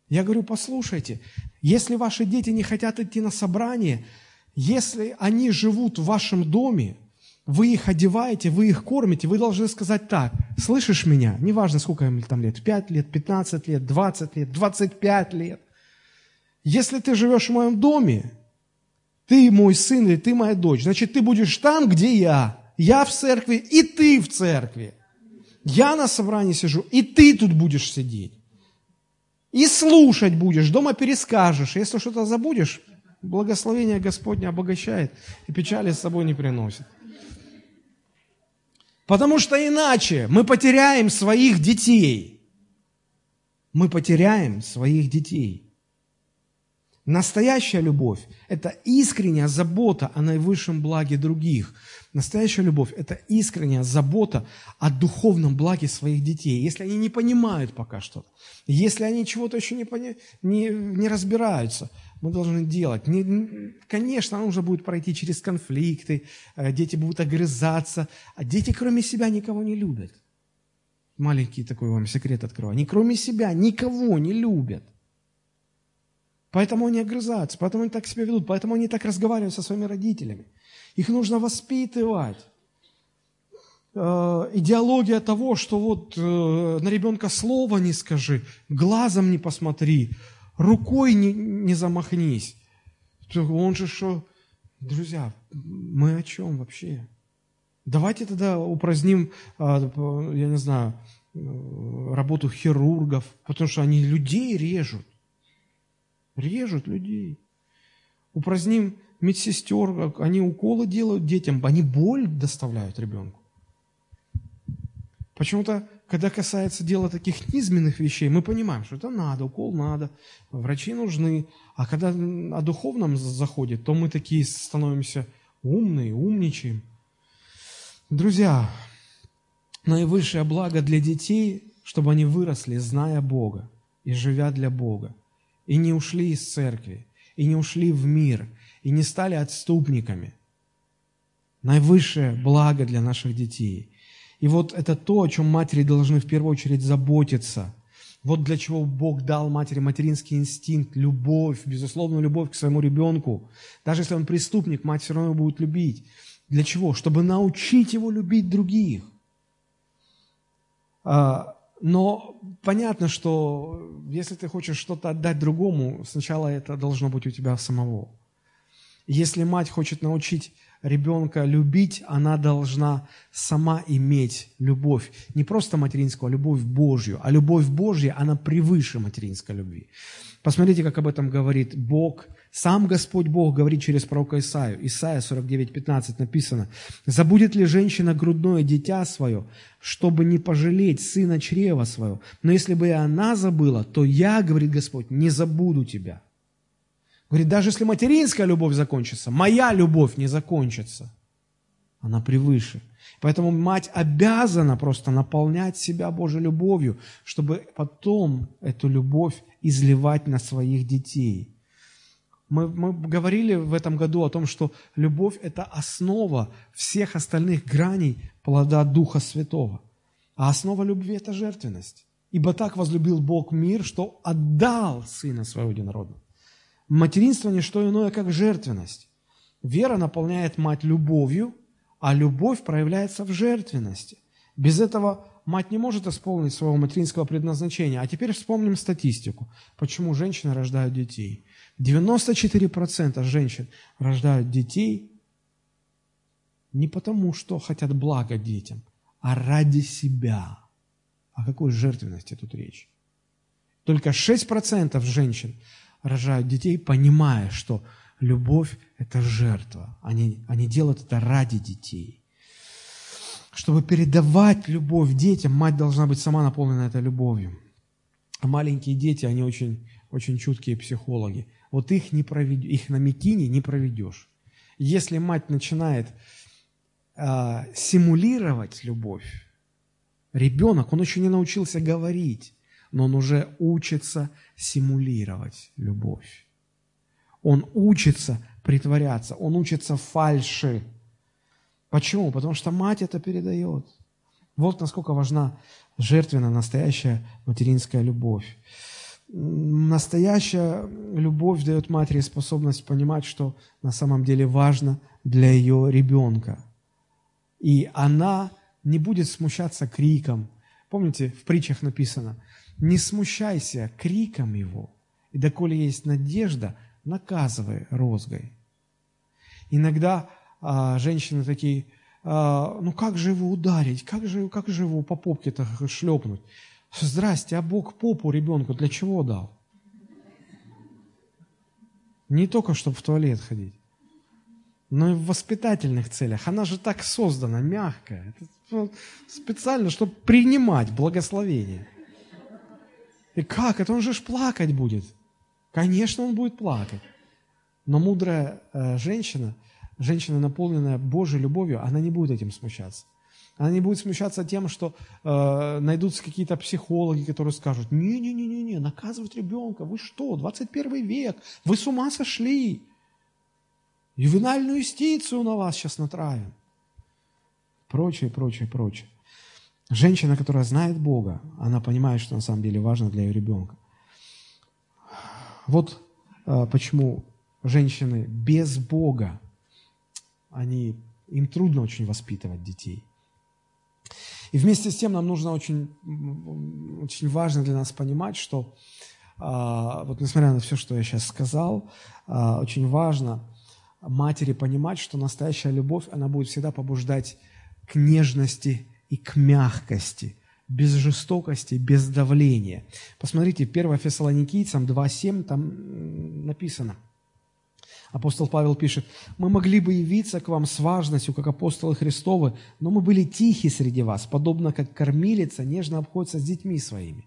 Я говорю, послушайте, если ваши дети не хотят идти на собрание, если они живут в вашем доме, вы их одеваете, вы их кормите, вы должны сказать так: слышишь меня? Неважно, сколько им там лет, пять лет, пятнадцать лет, двадцать лет, двадцать пять лет. Если ты живешь в моем доме, ты мой сын или ты моя дочь, значит, ты будешь там, где я. Я в церкви, и ты в церкви. Я на собрании сижу, и ты тут будешь сидеть. И слушать будешь, дома перескажешь. Если что-то забудешь, благословение Господне обогащает и печали с собой не приносит. Потому что иначе мы потеряем своих детей. Мы потеряем своих детей. Настоящая любовь – это искренняя забота о наивысшем благе других. Настоящая любовь – это искренняя забота о духовном благе своих детей. Если они не понимают пока что-то, если они чего-то еще не, пони... не, не разбираются, мы должны делать. Не, конечно, нужно будет пройти через конфликты, дети будут огрызаться, а дети кроме себя никого не любят. Маленький такой вам секрет открываю. Они кроме себя никого не любят. Поэтому они огрызаются, поэтому они так себя ведут, поэтому они так разговаривают со своими родителями. Их нужно воспитывать. Э, идеология того, что вот э, на ребенка слова не скажи, глазом не посмотри, рукой не, не замахнись. Он же что? Друзья, мы о чем вообще? Давайте тогда упраздним, э, я не знаю, э, работу хирургов, потому что они людей режут. Режут людей. Упраздним медсестер, они уколы делают детям, они боль доставляют ребенку. Почему-то, когда касается дела таких низменных вещей, мы понимаем, что это надо, укол надо, врачи нужны. А когда о духовном заходит, то мы такие становимся умные, умничаем. Друзья, наивысшее благо для детей, чтобы они выросли, зная Бога и живя для Бога. И не ушли из церкви, и не ушли в мир, и не стали отступниками. Наивысшее благо для наших детей. И вот это то, о чем матери должны в первую очередь заботиться. Вот для чего Бог дал матери материнский инстинкт, любовь, безусловную любовь к своему ребенку. Даже если он преступник, мать все равно его будет любить. Для чего? Чтобы научить его любить других. Но понятно, что если ты хочешь что-то отдать другому, сначала это должно быть у тебя самого. Если мать хочет научить ребенка любить, она должна сама иметь любовь. Не просто материнскую, а любовь Божью. А любовь Божья, она превыше материнской любви. Посмотрите, как об этом говорит Бог. Сам Господь Бог говорит через пророка Исаию. Исайя сорок девять пятнадцать написано: «Забудет ли женщина грудное дитя свое, чтобы не пожалеть сына чрева своего? Но если бы и она забыла, то я, говорит Господь, не забуду тебя». Говорит, даже если материнская любовь закончится, моя любовь не закончится. Она превыше. Поэтому мать обязана просто наполнять себя Божьей любовью, чтобы потом эту любовь изливать на своих детей. Мы, мы говорили в этом году о том, что любовь – это основа всех остальных граней плода Духа Святого. А основа любви – это жертвенность. «Ибо так возлюбил Бог мир, что отдал Сына Своего Единородного». Материнство – не что иное, как жертвенность. Вера наполняет мать любовью, а любовь проявляется в жертвенности. Без этого мать не может исполнить своего материнского предназначения. А теперь вспомним статистику. Почему женщины рождают детей? девяносто четыре процента женщин рождают детей не потому, что хотят блага детям, а ради себя. О какой жертвенности тут речь? Только шесть процентов женщин рожают детей, понимая, что любовь – это жертва. Они, они делают это ради детей. Чтобы передавать любовь детям, мать должна быть сама наполнена этой любовью. А маленькие дети, они очень, очень чуткие психологи. Вот их, не проведешь, их на мякине не проведешь. Если мать начинает э, симулировать любовь, ребенок, он еще не научился говорить, но он уже учится симулировать любовь. Он учится притворяться, он учится фальши. Почему? Потому что мать это передает. Вот насколько важна жертвенная, настоящая материнская любовь. Настоящая любовь дает матери способность понимать, что на самом деле важно для ее ребенка. И она не будет смущаться криком. Помните, в притчах написано: «Не смущайся криком его, и доколе есть надежда, наказывай розгой». Иногда а, женщины такие: а, ну как же его ударить, как же, как же его по попке-то шлепнуть? Здрасте, а Бог попу ребенку для чего дал? Не только, чтобы в туалет ходить, но и в воспитательных целях. Она же так создана, мягкая. Это специально, чтобы принимать благословение. И как? Это он же ж плакать будет. Конечно, он будет плакать. Но мудрая э, женщина, женщина, наполненная Божьей любовью, она не будет этим смущаться. Она не будет смущаться тем, что э, найдутся какие-то психологи, которые скажут: не-не-не-не, наказывать ребенка, вы что, двадцать первый век, вы с ума сошли, ювенальную юстицию на вас сейчас натравим. Прочее, прочее, прочее. Женщина, которая знает Бога, она понимает, что на самом деле важно для ее ребенка. Вот э, почему женщины без Бога, они, им трудно очень воспитывать детей. И вместе с тем нам нужно очень, очень важно для нас понимать, что а, вот несмотря на все, что я сейчас сказал, а, очень важно матери понимать, что настоящая любовь, она будет всегда побуждать к нежности и к мягкости, без жестокости, без давления. Посмотрите, первое Фессалоникийцам два семь, там написано. Апостол Павел пишет: «Мы могли бы явиться к вам с важностью, как апостолы Христовы, но мы были тихи среди вас, подобно как кормилица нежно обходится с детьми своими».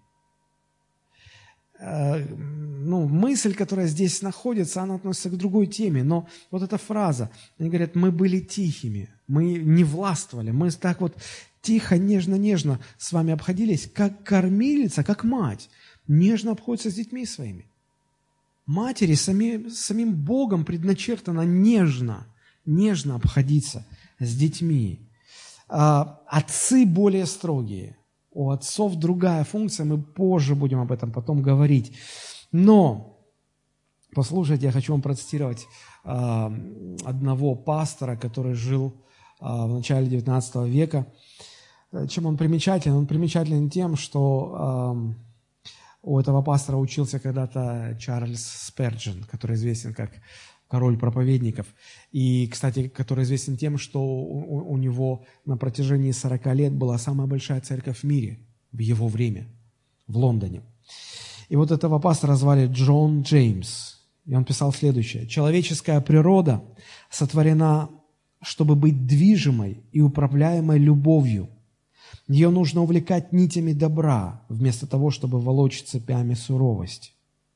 Ну, мысль, которая здесь находится, она относится к другой теме, но вот эта фраза, они говорят: мы были тихими, мы не властвовали, мы так вот тихо, нежно-нежно с вами обходились, как кормилица, как мать, нежно обходится с детьми своими. Матери сами, самим Богом предначертано нежно, нежно обходиться с детьми. А, отцы более строгие. У отцов другая функция, мы позже будем об этом потом говорить. Но, послушайте, я хочу вам процитировать а, одного пастора, который жил а, в начале девятнадцатого века. Чем он примечателен? Он примечателен тем, что а, у этого пастора учился когда-то Чарльз Сперджен, который известен как король проповедников. И, кстати, который известен тем, что у, у него на протяжении сорока лет была самая большая церковь в мире в его время, в Лондоне. И вот этого пастора звали Джон Джеймс. И он писал следующее: «Человеческая природа сотворена, чтобы быть движимой и управляемой любовью. Ее нужно увлекать нитями добра, вместо того, чтобы волочь цепями суровости».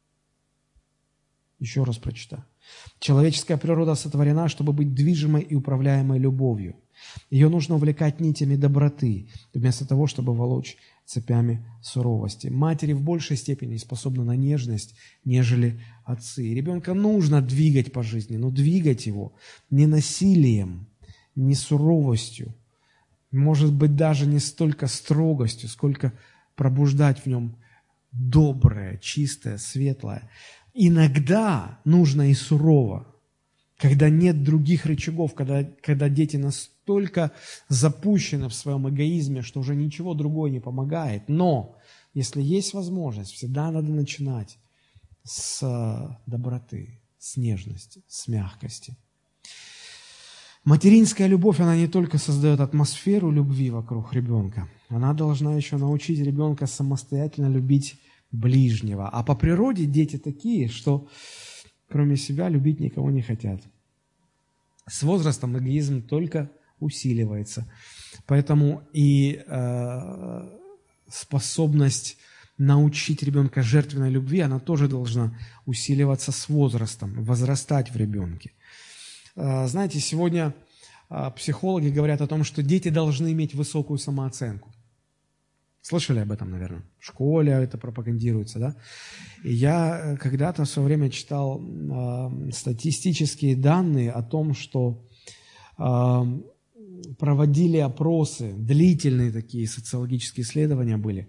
Еще раз прочитаю. Человеческая природа сотворена, чтобы быть движимой и управляемой любовью. Ее нужно увлекать нитями доброты, вместо того, чтобы волочь цепями суровости. Матери в большей степени способны на нежность, нежели отцы. Ребенка нужно двигать по жизни, но двигать его не насилием, не суровостью, может быть, даже не столько строгостью, сколько пробуждать в нем доброе, чистое, светлое. Иногда нужно и сурово, когда нет других рычагов, когда, когда дети настолько запущены в своем эгоизме, что уже ничего другое не помогает. Но если есть возможность, всегда надо начинать с доброты, с нежности, с мягкости. Материнская любовь, она не только создает атмосферу любви вокруг ребенка, она должна еще научить ребенка самостоятельно любить ближнего. А по природе дети такие, что кроме себя любить никого не хотят. С возрастом эгоизм только усиливается. Поэтому и э, способность научить ребенка жертвенной любви, она тоже должна усиливаться с возрастом, возрастать в ребенке. Знаете, сегодня психологи говорят о том, что дети должны иметь высокую самооценку. Слышали об этом, наверное? В школе это пропагандируется, да? И я когда-то в свое время читал э, статистические данные о том, что э, проводили опросы, длительные такие социологические исследования были,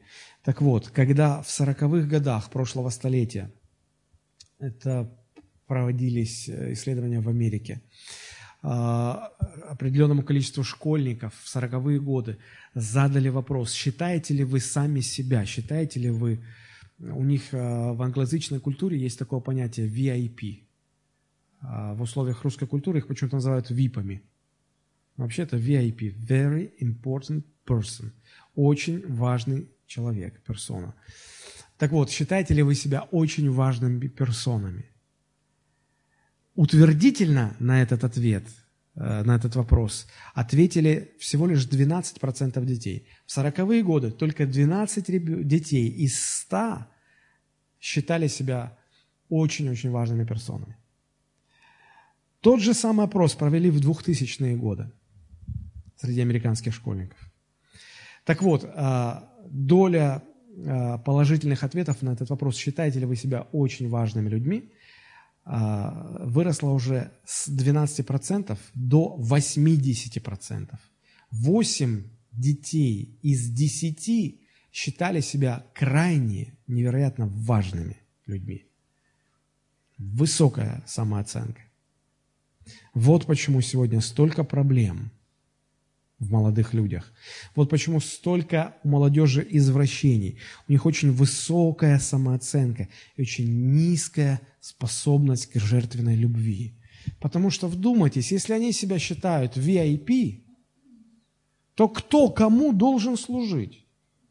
Так вот, когда в сороковых годах прошлого столетия, это проводились исследования в Америке, определенному количеству школьников в сороковые годы задали вопрос: считаете ли вы сами себя, считаете ли вы, у них в англоязычной культуре есть такое понятие ви ай пи, в условиях русской культуры их почему-то называют випами. Вообще это ви ай пи, very important person, очень важный человек, персона. Так вот, считаете ли вы себя очень важными персонами? Утвердительно на этот ответ, на этот вопрос ответили всего лишь двенадцать процентов детей. В сороковые годы только двенадцать детей из ста считали себя очень-очень важными персонами. Тот же самый опрос провели в двухтысячные годы среди американских школьников. Так вот, доля положительных ответов на этот вопрос, считаете ли вы себя очень важными людьми, выросла уже с двенадцати процентов до восьмидесяти процентов. восемь детей из десяти считали себя крайне, невероятно важными людьми. Высокая самооценка. Вот почему сегодня столько проблем в молодых людях. Вот почему столько у молодежи извращений. У них очень высокая самооценка и очень низкая способность к жертвенной любви. Потому что, вдумайтесь, если они себя считают ви ай пи, то кто кому должен служить?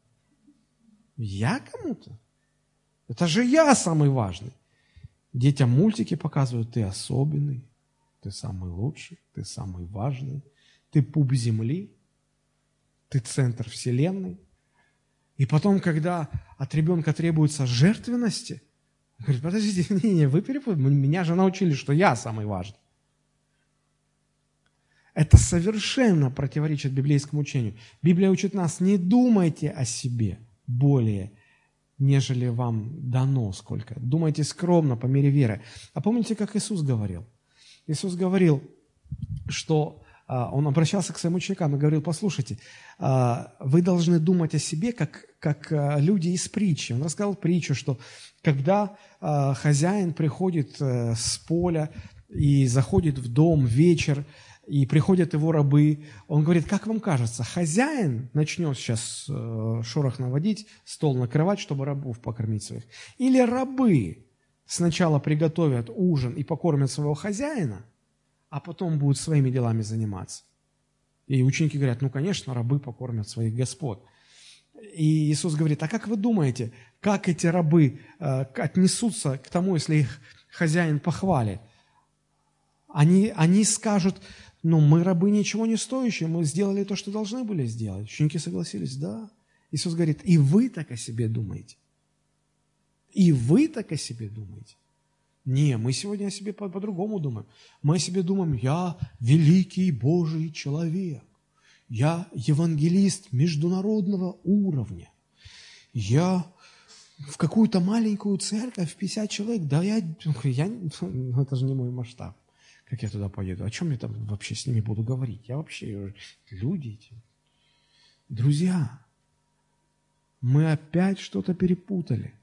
Я кому-то? Это же я самый важный. Детям мультики показывают: ты особенный, ты самый лучший, ты самый важный. Ты пуп земли, ты центр вселенной. И потом, когда от ребенка требуется жертвенности, он говорит: подождите, не, не, вы перепутали, меня же научили, что я самый важный. Это совершенно противоречит библейскому учению. Библия учит нас: не думайте о себе более, нежели вам дано сколько. Думайте скромно, по мере веры. А помните, как Иисус говорил? Иисус говорил, что Он обращался к своим ученикам и говорил: послушайте, вы должны думать о себе, как, как люди из притчи. Он рассказал притчу, что когда хозяин приходит с поля и заходит в дом вечер, и приходят его рабы, он говорит: как вам кажется, хозяин начнет сейчас шорох наводить, стол накрывать, чтобы рабов покормить своих? Или рабы сначала приготовят ужин и покормят своего хозяина, а потом будут своими делами заниматься? И ученики говорят: ну, конечно, рабы покормят своих господ. И Иисус говорит: а как вы думаете, как эти рабы э, отнесутся к тому, если их хозяин похвалит? Они, они скажут: ну, мы рабы ничего не стоящие, мы сделали то, что должны были сделать. Ученики согласились: да. Иисус говорит: и вы так о себе думаете? И вы так о себе думаете? Не, мы сегодня о себе по- по-другому думаем. Мы о себе думаем: я великий Божий человек, я евангелист международного уровня, я в какую-то маленькую церковь, пятьдесят человек, да я, я ну, это же не мой масштаб, как я туда поеду, о чем я там вообще с ними буду говорить? Я вообще, люди эти. Друзья, мы опять что-то перепутали.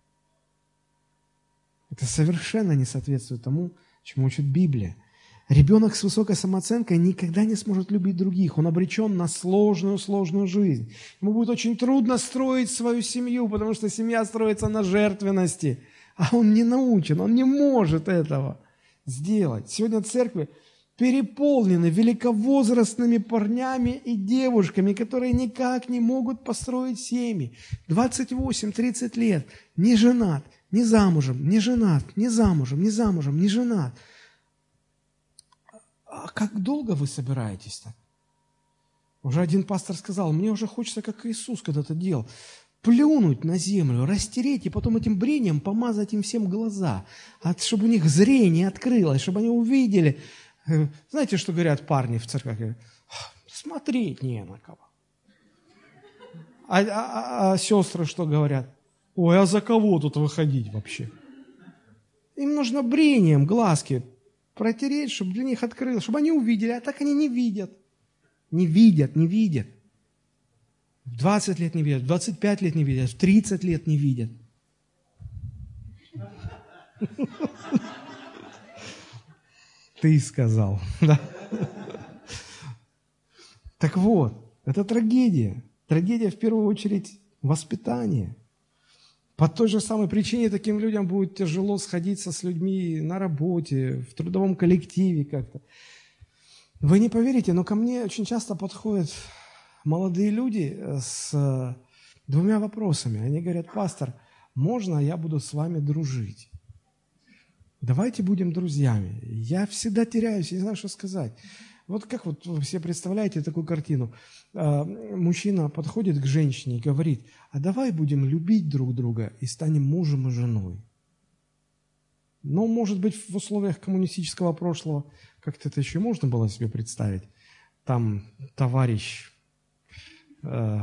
Это совершенно не соответствует тому, чему учит Библия. Ребенок с высокой самооценкой никогда не сможет любить других. Он обречен на сложную-сложную жизнь. Ему будет очень трудно строить свою семью, потому что семья строится на жертвенности. А он не научен, он не может этого сделать. Сегодня церкви переполнены великовозрастными парнями и девушками, которые никак не могут построить семьи. двадцать восемь - тридцать лет, не женат, не замужем, не женат, не замужем, не замужем, не женат. А как долго вы собираетесь так? Уже один пастор сказал: мне уже хочется, как Иисус когда-то делал, плюнуть на землю, растереть и потом этим брением помазать им всем глаза, чтобы у них зрение открылось, чтобы они увидели. Знаете, что говорят парни в церквях? Говорят: смотреть не на кого. А, а, а сестры что говорят? Ой, а за кого тут выходить вообще? Им нужно брением глазки протереть, чтобы для них открылось, чтобы они увидели, а так они не видят. Не видят, не видят. В двадцать лет не видят, в двадцать пять лет не видят, в тридцать лет не видят. Ты сказал, да? Так вот, это трагедия. Трагедия, в первую очередь, воспитания. По той же самой причине таким людям будет тяжело сходиться с людьми на работе, в трудовом коллективе как-то. Вы не поверите, но ко мне очень часто подходят молодые люди с двумя вопросами. Они говорят: пастор, можно я буду с вами дружить? Давайте будем друзьями. Я всегда теряюсь, не знаю, что сказать. Вот как вот вы все представляете такую картину? Мужчина подходит к женщине и говорит: а давай будем любить друг друга и станем мужем и женой. Но, может быть, в условиях коммунистического прошлого как-то это еще можно было себе представить. Там товарищ э,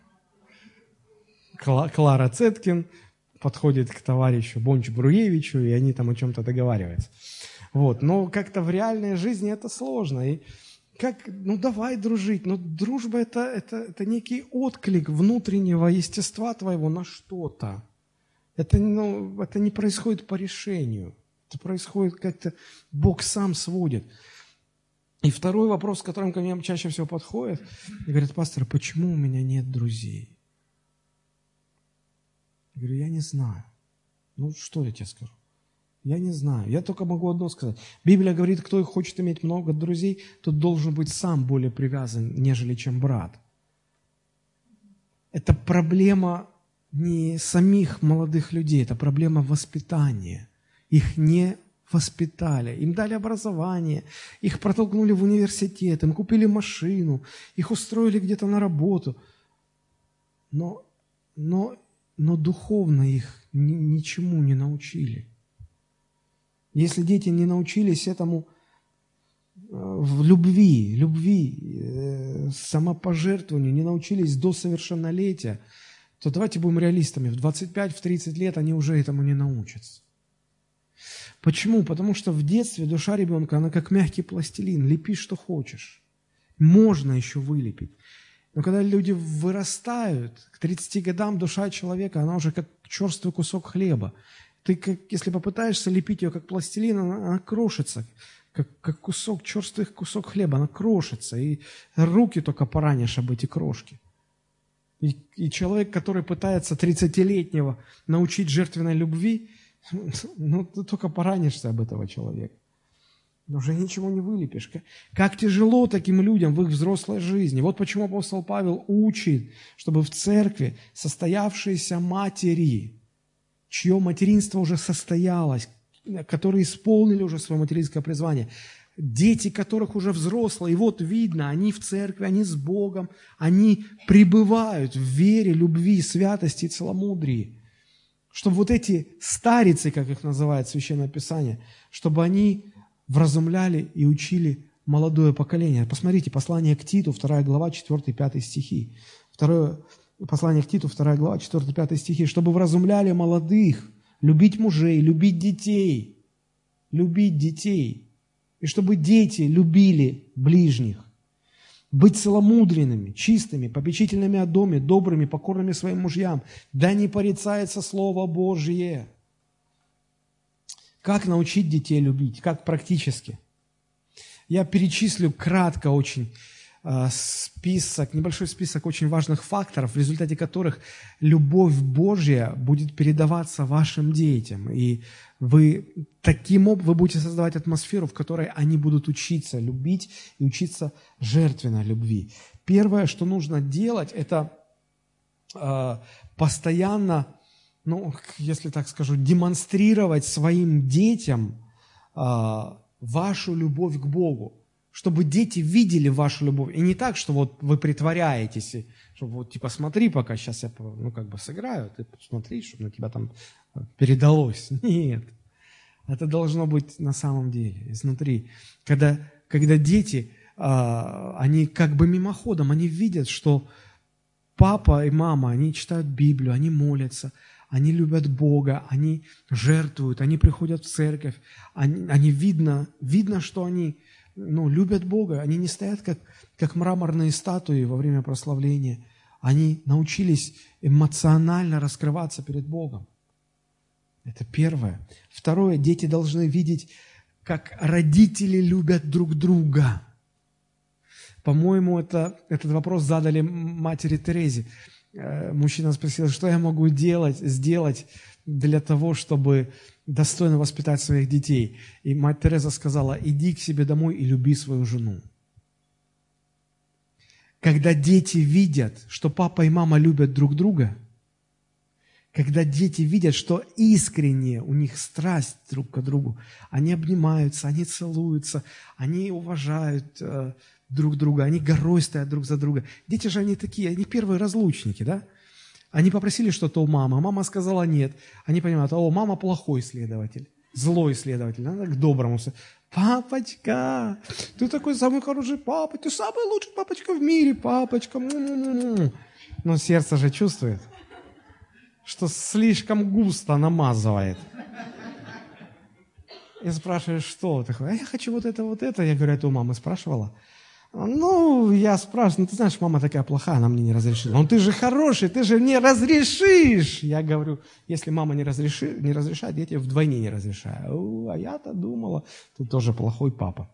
Клара Цеткин подходит к товарищу Бонч-Бруевичу, и они там о чем-то договариваются. Вот. Но как-то в реальной жизни это сложно. И как, ну давай дружить, но дружба это, это, это некий отклик внутреннего естества твоего на что-то. Это, ну, это не происходит по решению. Это происходит как-то, Бог сам сводит. И второй вопрос, с которым ко мне чаще всего подходит, говорят: пастор, почему у меня нет друзей? Я говорю: я не знаю. Ну, что я тебе скажу? Я не знаю. Я только могу одно сказать. Библия говорит, кто хочет иметь много друзей, тот должен быть сам более привязан, нежели чем брат. Это проблема не самих молодых людей, это проблема воспитания. Их не воспитали, им дали образование, их протолкнули в университет, им купили машину, их устроили где-то на работу. Но, но, но духовно их ни, ничему не научили. Если дети не научились этому в любви, любви, самопожертвованию, не научились до совершеннолетия, то давайте будем реалистами. В двадцать пять, в тридцать лет они уже этому не научатся. Почему? Потому что в детстве душа ребенка, она как мягкий пластилин, лепи, что хочешь. Можно еще вылепить. Но когда люди вырастают, к тридцати годам душа человека, она уже как черствый кусок хлеба. Ты, как, если попытаешься лепить ее как пластилин, она, она крошится, как, как кусок, черствый кусок хлеба, она крошится, и руки только поранишь об эти крошки. И, и человек, который пытается тридцатилетнего научить жертвенной любви, ну, ты только поранишься об этого человека. Уже ничего не вылепишь. Как тяжело таким людям в их взрослой жизни. Вот почему апостол Павел учит, чтобы в церкви состоявшиеся матери, чье материнство уже состоялось, которые исполнили уже свое материнское призвание, дети которых уже взрослые, и вот видно, они в церкви, они с Богом, они пребывают в вере, любви, святости и целомудрии. Чтобы вот эти старицы, как их называет Священное Писание, чтобы они вразумляли и учили молодое поколение. Посмотрите, послание к Титу, вторая глава, четыре-пять стихи. Второе послание к Титу, вторая глава, четыре-пять стихи. Чтобы вразумляли молодых, любить мужей, любить детей, любить детей. И чтобы дети любили ближних. Быть целомудренными, чистыми, попечительными о доме, добрыми, покорными своим мужьям. Да не порицается Слово Божье. Как научить детей любить? Как практически? Я перечислю кратко очень э, список, небольшой список очень важных факторов, в результате которых любовь Божья будет передаваться вашим детям. И вы таким образом вы будете создавать атмосферу, в которой они будут учиться любить и учиться жертвенной любви. Первое, что нужно делать, это э, постоянно, ну, если так скажу, демонстрировать своим детям а, вашу любовь к Богу, чтобы дети видели вашу любовь. И не так, что вот вы притворяетесь, чтобы вот типа смотри, пока сейчас я ну, как бы сыграю, ты посмотри, чтобы на тебя там передалось. Нет. Это должно быть на самом деле, изнутри. Когда, когда дети, а, они как бы мимоходом, они видят, что папа и мама, они читают Библию, они молятся, они любят Бога, они жертвуют, они приходят в церковь, они, они видно, видно, что они ну, любят Бога, они не стоят как, как мраморные статуи во время прославления, Они научились эмоционально раскрываться перед Богом. Это первое. Второе, дети должны видеть, как родители любят друг друга. По-моему, это, этот вопрос задали матери Терезе. Мужчина спросил, что я могу делать, сделать для того, чтобы достойно воспитать своих детей. И мать Тереза сказала, иди к себе домой и люби свою жену. Когда дети видят, что папа и мама любят друг друга, когда дети видят, что искренне у них страсть друг к другу, они обнимаются, они целуются, они уважают э, друг друга, они горой стоят друг за друга. Дети же они такие, они первые разлучники, да? Они попросили что-то у мамы, а мама сказала нет. Они понимают, о, мама плохой следователь, злой следователь, надо к доброму. Папочка, ты такой самый хороший папа, ты самый лучший папочка в мире, папочка. Но сердце же чувствует, что слишком густо намазывает. И спрашиваешь, что? Такой, а я хочу вот это, вот это. Я говорю, это у мамы спрашивала. Ну, я спрашиваю, ну ты знаешь, мама такая плохая, она мне не разрешила. Ну ты же хороший, ты же мне разрешишь. Я говорю, если мама не, разреши, не разрешает, я тебе вдвойне не разрешаю. А я-то думала, ты тоже плохой папа.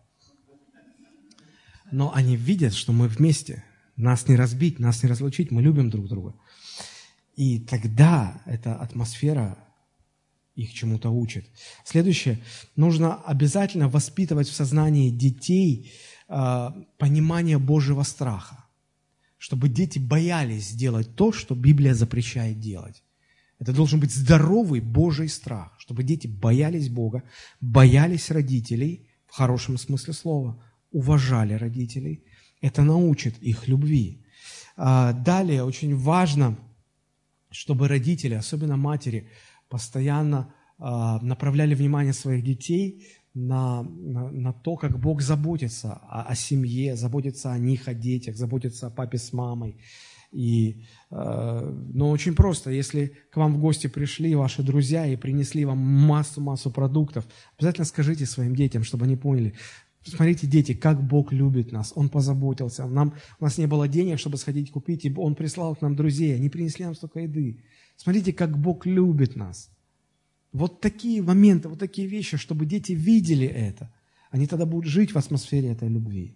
Но они видят, что мы вместе. Нас не разбить, нас не разлучить, мы любим друг друга. И тогда эта атмосфера их чему-то учит. Следующее. Нужно обязательно воспитывать в сознании детей э, понимание Божьего страха, чтобы дети боялись делать то, что Библия запрещает делать. Это должен быть здоровый Божий страх, чтобы дети боялись Бога, боялись родителей, в хорошем смысле слова, уважали родителей. Это научит их любви. Э, далее очень важно, чтобы родители, особенно матери, постоянно э, направляли внимание своих детей на, на, на то, как Бог заботится о, о семье, заботится о них, о детях, заботится о папе с мамой. И, э, но очень просто, если к вам в гости пришли ваши друзья и принесли вам массу-массу продуктов, обязательно скажите своим детям, чтобы они поняли, смотрите, дети, как Бог любит нас, Он позаботился. Нам, у нас не было денег, чтобы сходить купить, и Он прислал к нам друзей, они принесли нам столько еды. Смотрите, как Бог любит нас. Вот такие моменты, вот такие вещи, чтобы дети видели это. Они тогда будут жить в атмосфере этой любви.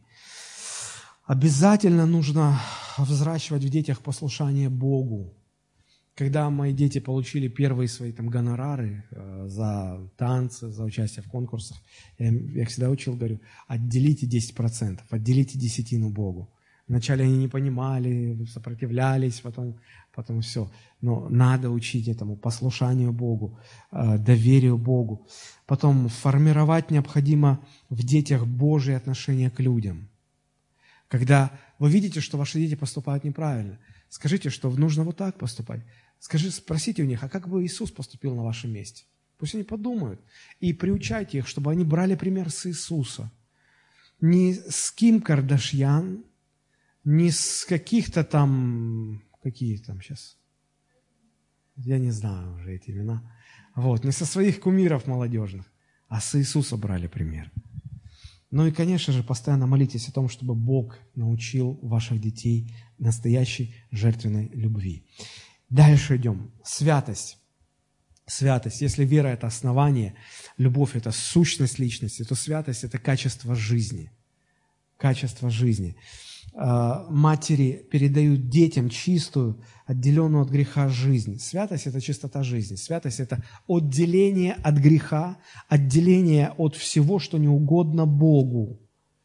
Обязательно нужно взращивать в детях послушание Богу. Когда мои дети получили первые свои там гонорары э, за танцы, за участие в конкурсах, я, я всегда учил, говорю, отделите десять процентов, отделите десятину Богу. Вначале они не понимали, сопротивлялись, потом, потом все. Но надо учить этому послушанию Богу, э, доверию Богу. Потом формировать необходимо в детях Божие отношение к людям. Когда вы видите, что ваши дети поступают неправильно, скажите, что нужно вот так поступать. Скажите, спросите у них, а как бы Иисус поступил на вашем месте? Пусть они подумают. И приучайте их, чтобы они брали пример с Иисуса. Не с Ким Кардашьян, не с каких-то там, какие там сейчас, я не знаю уже эти имена, вот, не со своих кумиров молодежных, а с Иисуса брали пример. Ну и, конечно же, постоянно молитесь о том, чтобы Бог научил ваших детей настоящей жертвенной любви. Дальше идем. Святость. Святость. Если вера – это основание, любовь – это сущность личности, то святость – это качество жизни. Качество жизни. Матери передают детям чистую, отделенную от греха жизнь. Святость – это чистота жизни. Святость – это отделение от греха, отделение от всего, что не угодно Богу.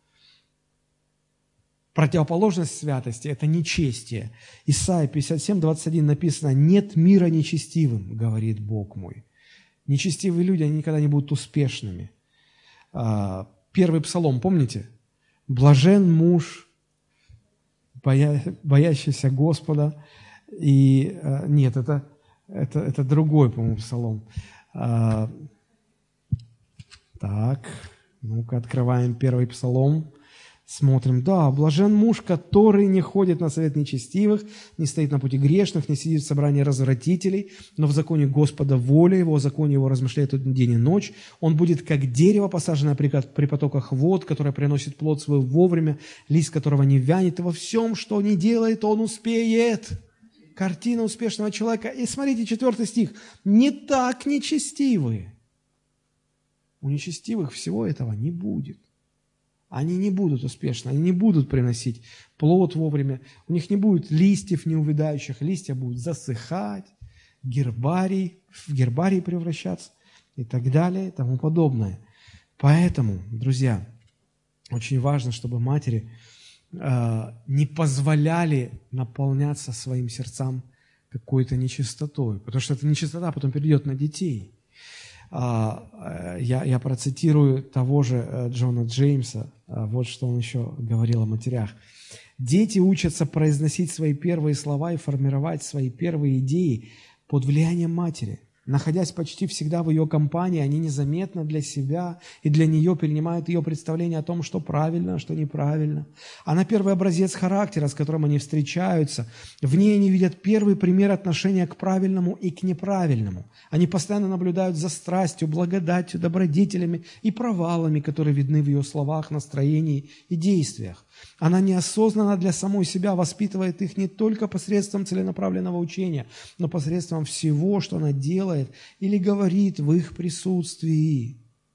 Противоположность святости – это нечестие. Исайя пятьдесят семь, двадцать один написано: «Нет мира нечестивым, говорит Бог мой». Нечестивые люди, они никогда не будут успешными. Первый псалом, помните? «Блажен муж, боя... боящийся Господа». И нет, это, это, это другой, по-моему, псалом. Так, ну-ка, открываем первый псалом. Смотрим, да, блажен муж, который не ходит на совет нечестивых, не стоит на пути грешных, не сидит в собрании развратителей, но в законе Господа воля его, в законе его размышляет день и ночь. Он будет как дерево, посаженное при потоках вод, которое приносит плод свой вовремя, лист которого не вянет, и во всем, что не делает, он успеет. Картина успешного человека. И смотрите, четвертый стих. Не так нечестивые. У нечестивых всего этого не будет. Они не будут успешны, они не будут приносить плод вовремя, у них не будет листьев неувядающих, листья будут засыхать, гербарий, в гербарий превращаться и так далее и тому подобное. Поэтому, друзья, очень важно, чтобы матери э, не позволяли наполняться своим сердцам какой-то нечистотой, потому что эта нечистота потом перейдет на детей. Я, я процитирую того же Джона Джеймса, вот что он еще говорил о матерях. «Дети учатся произносить свои первые слова и формировать свои первые идеи под влиянием матери. Находясь почти всегда в ее компании, они незаметно для себя и для нее перенимают ее представление о том, что правильно, а что неправильно. Она первый образец характера, с которым они встречаются. В ней они видят первый пример отношения к правильному и к неправильному. Они постоянно наблюдают за страстью, благодатью, добродетелями и провалами, которые видны в ее словах, настроении и действиях. Она неосознанно для самой себя воспитывает их не только посредством целенаправленного учения, но посредством всего, что она делает или говорит в их присутствии».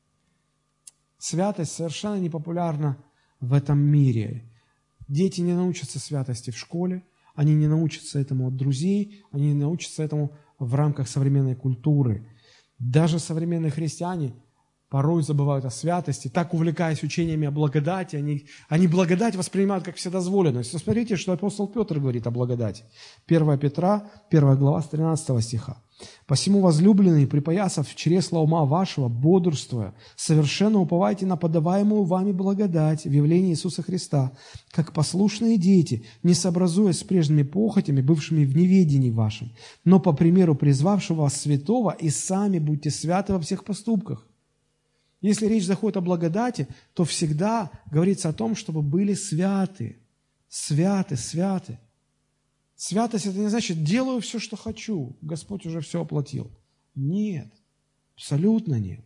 Святость совершенно непопулярна в этом мире. Дети не научатся святости в школе, они не научатся этому от друзей, они не научатся этому в рамках современной культуры. Даже современные христиане порой забывают о святости, так увлекаясь учениями о благодати, они, они благодать воспринимают как вседозволенность. Но смотрите, что апостол Петр говорит о благодати. первое Петра, первая глава, с тринадцатого стиха. «Посему, возлюбленные, припоясав чресла ума вашего, бодрствуя, совершенно уповайте на подаваемую вами благодать в явлении Иисуса Христа, как послушные дети, не сообразуясь с прежними похотями, бывшими в неведении вашем, но по примеру призвавшего вас святого, и сами будьте святы во всех поступках». Если речь заходит о благодати, то всегда говорится о том, чтобы были святы. Святы, святы. Святость – это не значит, делаю все, что хочу, Господь уже все оплатил. Нет, абсолютно нет.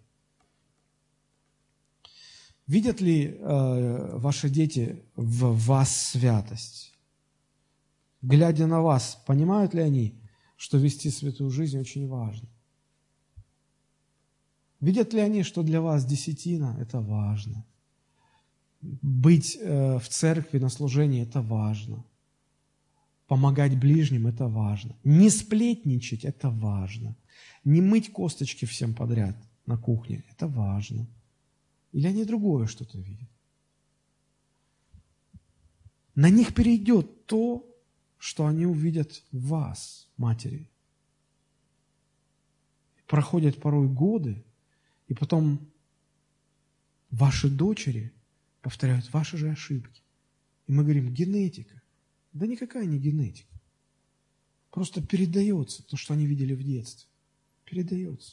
Видят ли э, ваши дети в вас святость? Глядя на вас, понимают ли они, что вести святую жизнь очень важно? Видят ли они, что для вас десятина – это важно? Быть э, в церкви на служении – это важно. Помогать ближним – это важно. Не сплетничать – это важно. Не мыть косточки всем подряд на кухне – это важно. Или они другое что-то видят? На них перейдет то, что они увидят в вас, матери. Проходят порой годы, и потом ваши дочери повторяют ваши же ошибки. И мы говорим, генетика. Да никакая не генетика. Просто передается то, что они видели в детстве. Передается.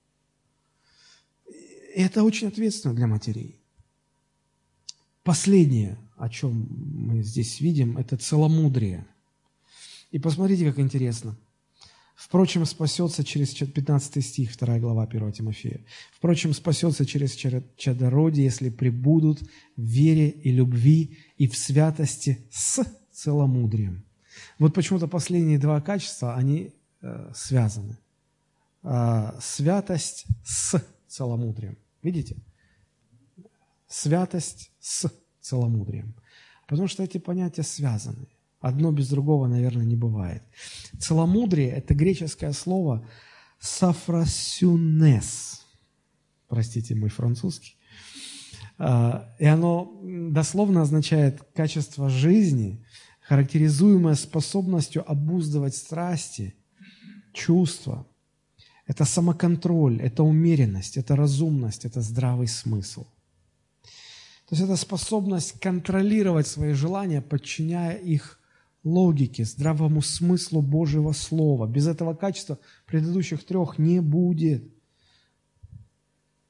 И это очень ответственно для матерей. Последнее, о чем мы здесь видим, это целомудрие. И посмотрите, как интересно. Впрочем, спасется через пятнадцатый стих, вторая глава первого Тимофея. Впрочем, спасется через чадородие, если пребудут в вере и любви и в святости с целомудрием. Вот почему-то последние два качества, они э, связаны. Э, святость с целомудрием. Видите? Святость с целомудрием. Потому что эти понятия связаны. Одно без другого, наверное, не бывает. Целомудрие – это греческое слово «сафросюнес». Простите мой французский. И оно дословно означает качество жизни, характеризуемое способностью обуздывать страсти, чувства. Это самоконтроль, это умеренность, это разумность, это здравый смысл. То есть это способность контролировать свои желания, подчиняя их логике, здравому смыслу Божьего Слова. Без этого качества предыдущих трех не будет.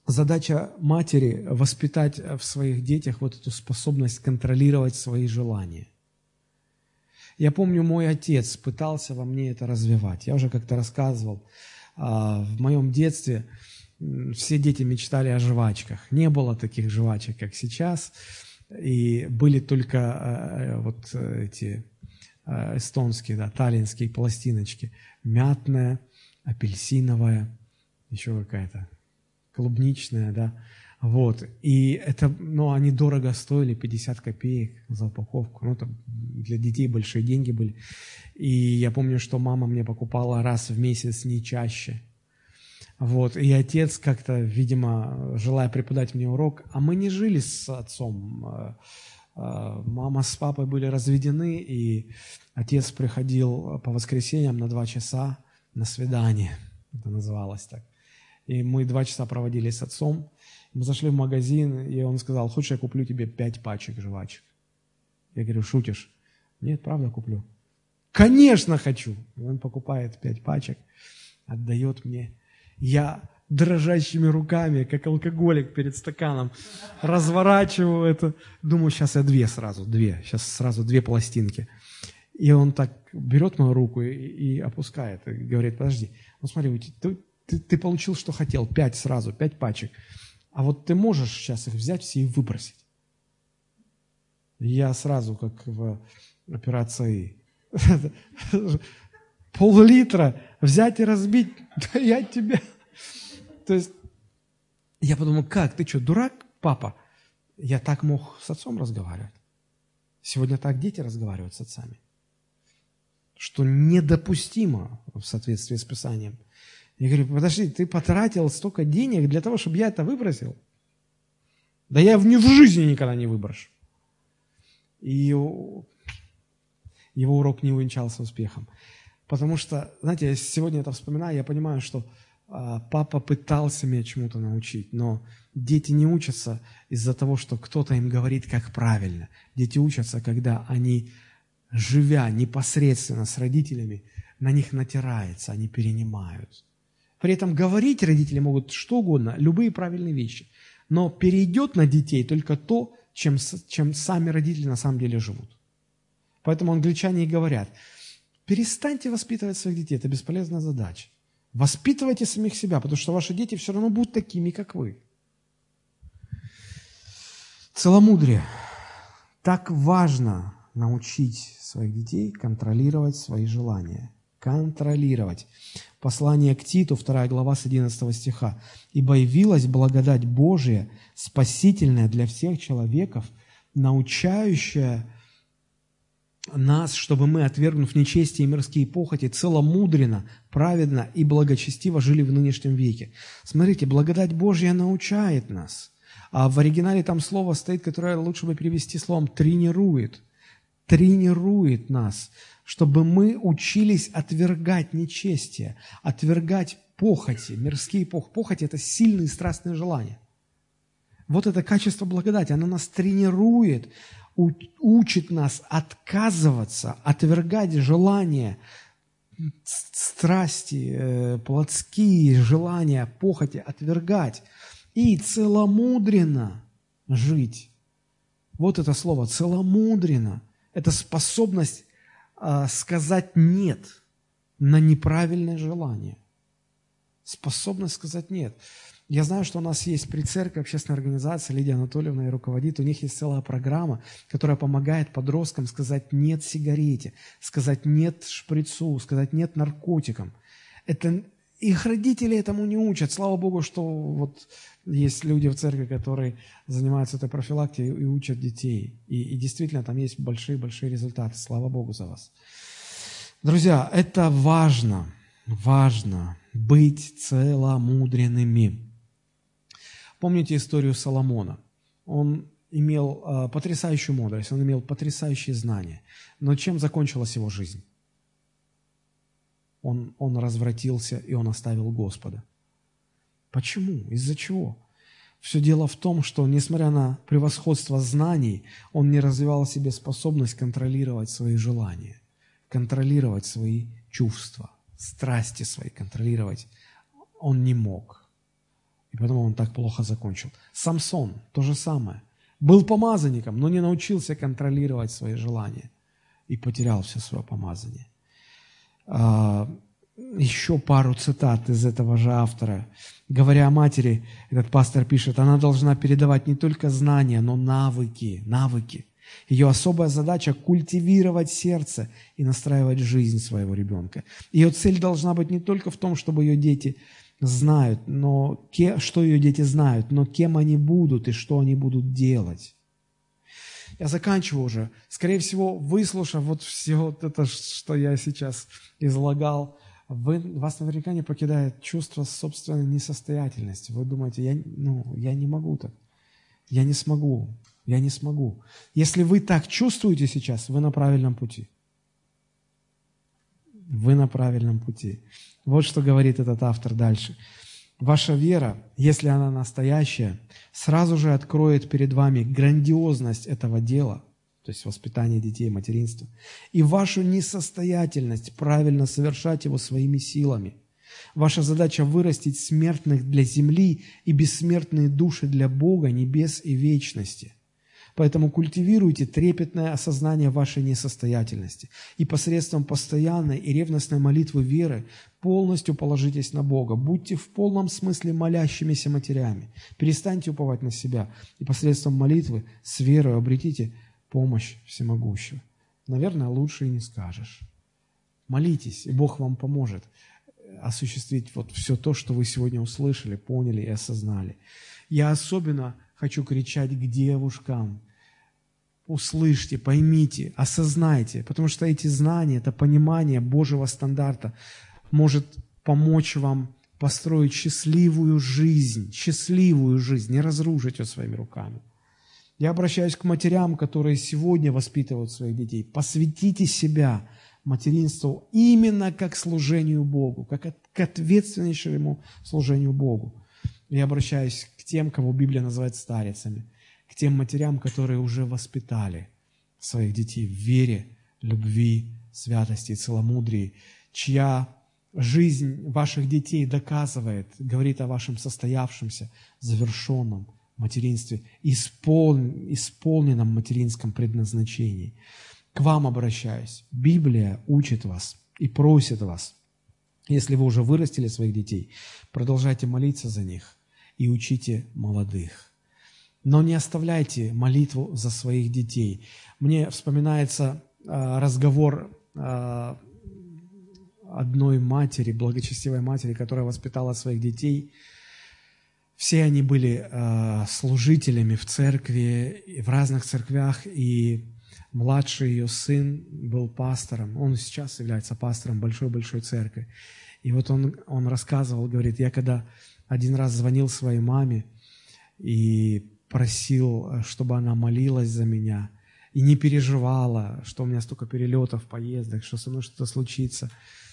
задача матери воспитать в своих детях вот эту способность контролировать свои желания. Я помню, мой отец пытался во мне это развивать. Я уже как-то рассказывал, в моем детстве все дети мечтали о жвачках. Не было таких жвачек, как сейчас, и были только вот эти эстонские, да, таллинские пластиночки. Мятная, апельсиновая, еще какая-то клубничная, да. Вот. И это, ну, они дорого стоили, пятьдесят копеек за упаковку. Ну, там для детей большие деньги были. И я помню, что мама мне покупала раз в месяц, не чаще. Вот. И отец как-то, видимо, желая преподать мне урок, а мы не жили с отцом. Мама с папой были разведены, и отец приходил по воскресеньям на два часа на свидание. Это называлось так. И мы два часа проводили с отцом. Мы зашли в магазин, и он сказал: хочешь, я куплю тебе пять пачек жвачек? Я говорю: шутишь? Нет, правда куплю. Конечно, хочу. И он покупает пять пачек, отдает мне. Я дрожащими руками, как алкоголик перед стаканом, разворачиваю это. Думаю, сейчас я две сразу, две. Сейчас сразу две пластинки. И он так берет мою руку и, и опускает, и говорит: подожди, ну смотри, ты, ты, ты получил, что хотел, пять сразу, пять пачек. А вот ты можешь сейчас их взять все и выбросить. Я сразу, как в операции, пол-литра взять и разбить, да я тебе... То есть я подумал: как, ты что, дурак, папа? Я так мог с отцом разговаривать. Сегодня так дети разговаривают с отцами, что недопустимо в соответствии с Писанием. Я говорю: подожди, ты потратил столько денег для того, чтобы я это выбросил? Да я в, в жизни никогда не выброшу. И его, его урок не увенчался успехом. Потому что, знаете, я сегодня это вспоминаю, я понимаю, что а, папа пытался меня чему-то научить, но дети не учатся из-за того, что кто-то им говорит, как правильно. Дети учатся, когда они, живя непосредственно с родителями, на них натирается, они перенимают. При этом говорить родители могут что угодно, любые правильные вещи. Но перейдет на детей только то, чем, чем сами родители на самом деле живут. Поэтому англичане и говорят: перестаньте воспитывать своих детей, это бесполезная задача. Воспитывайте самих себя, потому что ваши дети все равно будут такими, как вы. Целомудрие. Так важно научить своих детей контролировать свои желания. Контролировать. Послание к Титу, вторая глава, с одиннадцатого стиха. «Ибо явилась благодать Божия, спасительная для всех человеков, научающая нас, чтобы мы, отвергнув нечестие и мирские похоти, целомудренно, праведно и благочестиво жили в нынешнем веке». Смотрите, благодать Божья научает нас. А в оригинале там слово стоит, которое лучше бы перевести словом «тренирует». Тренирует нас, чтобы мы учились отвергать нечестие, отвергать похоти, мирские похоти. Похоти – это сильные страстные желания. Вот это качество благодати, оно нас тренирует, учит нас отказываться, отвергать желания, страсти, плотские желания, похоти, отвергать и целомудренно жить. Вот это слово «целомудренно». Это способность а, сказать «нет» на неправильное желание. Способность сказать «нет». Я знаю, что у нас есть при церкви общественная организация, Лидия Анатольевна и руководит, у них есть целая программа, которая помогает подросткам сказать «нет» сигарете, сказать «нет» шприцу, сказать «нет» наркотикам. Это, их родители этому не учат. Слава Богу, что вот есть люди в церкви, которые занимаются этой профилактикой и учат детей. И, и действительно, там есть большие-большие результаты. Слава Богу за вас. Друзья, это важно, важно быть целомудренными. Помните историю Соломона? Он имел э, потрясающую мудрость, он имел потрясающие знания. Но чем закончилась его жизнь? Он, он развратился, и он оставил Господа. Почему? Из-за чего? Все дело в том, что, несмотря на превосходство знаний, он не развивал в себе способность контролировать свои желания, контролировать свои чувства, страсти свои контролировать. Он не мог. И потому он так плохо закончил. Самсон – то же самое. Был помазанником, но не научился контролировать свои желания. И потерял все свое помазание. Еще пару цитат из этого же автора. Говоря о матери, этот пастор пишет, она должна передавать не только знания, но навыки, навыки. Ее особая задача – культивировать сердце и настраивать жизнь своего ребенка. Ее цель должна быть не только в том, чтобы ее дети знают, но что ее дети знают, но кем они будут и что они будут делать. Я заканчиваю уже. Скорее всего, выслушав вот все вот это, что я сейчас излагал, вы, вас наверняка не покидает чувство собственной несостоятельности. Вы думаете, я, ну, я не могу так, я не смогу, я не смогу. Если вы так чувствуете сейчас, вы на правильном пути. Вы на правильном пути. Вот что говорит этот автор дальше. Ваша вера, если она настоящая, сразу же откроет перед вами грандиозность этого дела, то есть воспитание детей, материнство, и вашу несостоятельность правильно совершать его своими силами. Ваша задача вырастить смертных для земли и бессмертные души для Бога, небес и вечности. Поэтому культивируйте трепетное осознание вашей несостоятельности и посредством постоянной и ревностной молитвы веры полностью положитесь на Бога. Будьте в полном смысле молящимися матерями. Перестаньте уповать на себя и посредством молитвы с верой обретите помощь всемогущего. Наверное, лучше и не скажешь. Молитесь, и Бог вам поможет осуществить вот все то, что вы сегодня услышали, поняли и осознали. Я особенно хочу кричать к девушкам. Услышьте, поймите, осознайте, потому что эти знания, это понимание Божьего стандарта может помочь вам построить счастливую жизнь, счастливую жизнь, не разрушить ее своими руками. Я обращаюсь к матерям, которые сегодня воспитывают своих детей. Посвятите себя материнству именно как служению Богу, как к ответственнейшему служению Богу. Я обращаюсь к тем, кого Библия называет старицами, к тем матерям, которые уже воспитали своих детей в вере, любви, святости и целомудрии, чья жизнь ваших детей доказывает, говорит о вашем состоявшемся, завершенном материнстве, исполн, исполненном материнском предназначении. К вам обращаюсь. Библия учит вас и просит вас, если вы уже вырастили своих детей, продолжайте молиться за них и учите молодых. Но не оставляйте молитву за своих детей. Мне вспоминается э, разговор э, одной матери, благочестивой матери, которая воспитала своих детей. Все они были э, служителями в церкви, в разных церквях, и младший ее сын был пастором. Он сейчас является пастором большой-большой церкви. И вот он, он рассказывал, говорит, я когда один раз звонил своей маме и просил, чтобы она молилась за меня и не переживала, что у меня столько перелетов, поездок, что со мной что-то случится.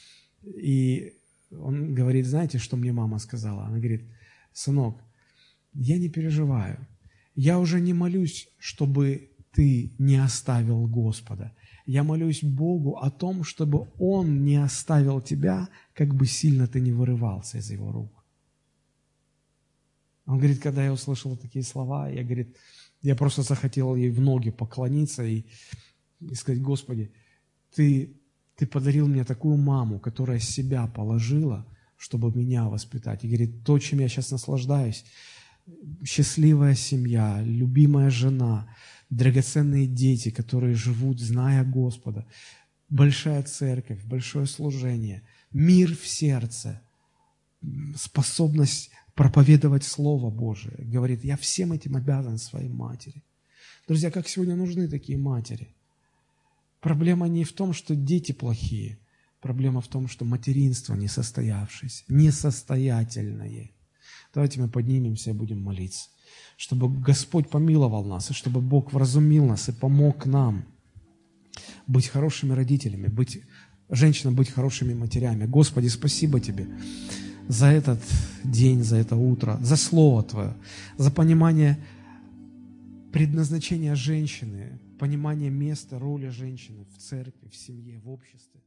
И он говорит, знаете, что мне мама сказала? Она говорит, сынок, я не переживаю. Я уже не молюсь, чтобы ты не оставил Господа. Я молюсь Богу о том, чтобы Он не оставил тебя, как бы сильно ты не вырывался из Его рук. Он говорит, когда я услышал такие слова, я, говорит, я просто захотел ей в ноги поклониться и, и сказать, Господи, ты, ты подарил мне такую маму, которая себя положила, чтобы меня воспитать. И говорит, то, чем я сейчас наслаждаюсь, счастливая семья, любимая жена, драгоценные дети, которые живут, зная Господа, большая церковь, большое служение, мир в сердце, способность проповедовать Слово Божие. Говорит, я всем этим обязан своей матери. Друзья, как сегодня нужны такие матери? Проблема не в том, что дети плохие. Проблема в том, что материнство несостоявшееся, несостоятельное. Давайте мы поднимемся и будем молиться, чтобы Господь помиловал нас, и чтобы Бог вразумил нас и помог нам быть хорошими родителями, быть женщинам, быть хорошими матерями. Господи, спасибо Тебе за этот день, за это утро, за Слово Твое, за понимание предназначения женщины, понимание места, роли женщины в церкви, в семье, в обществе.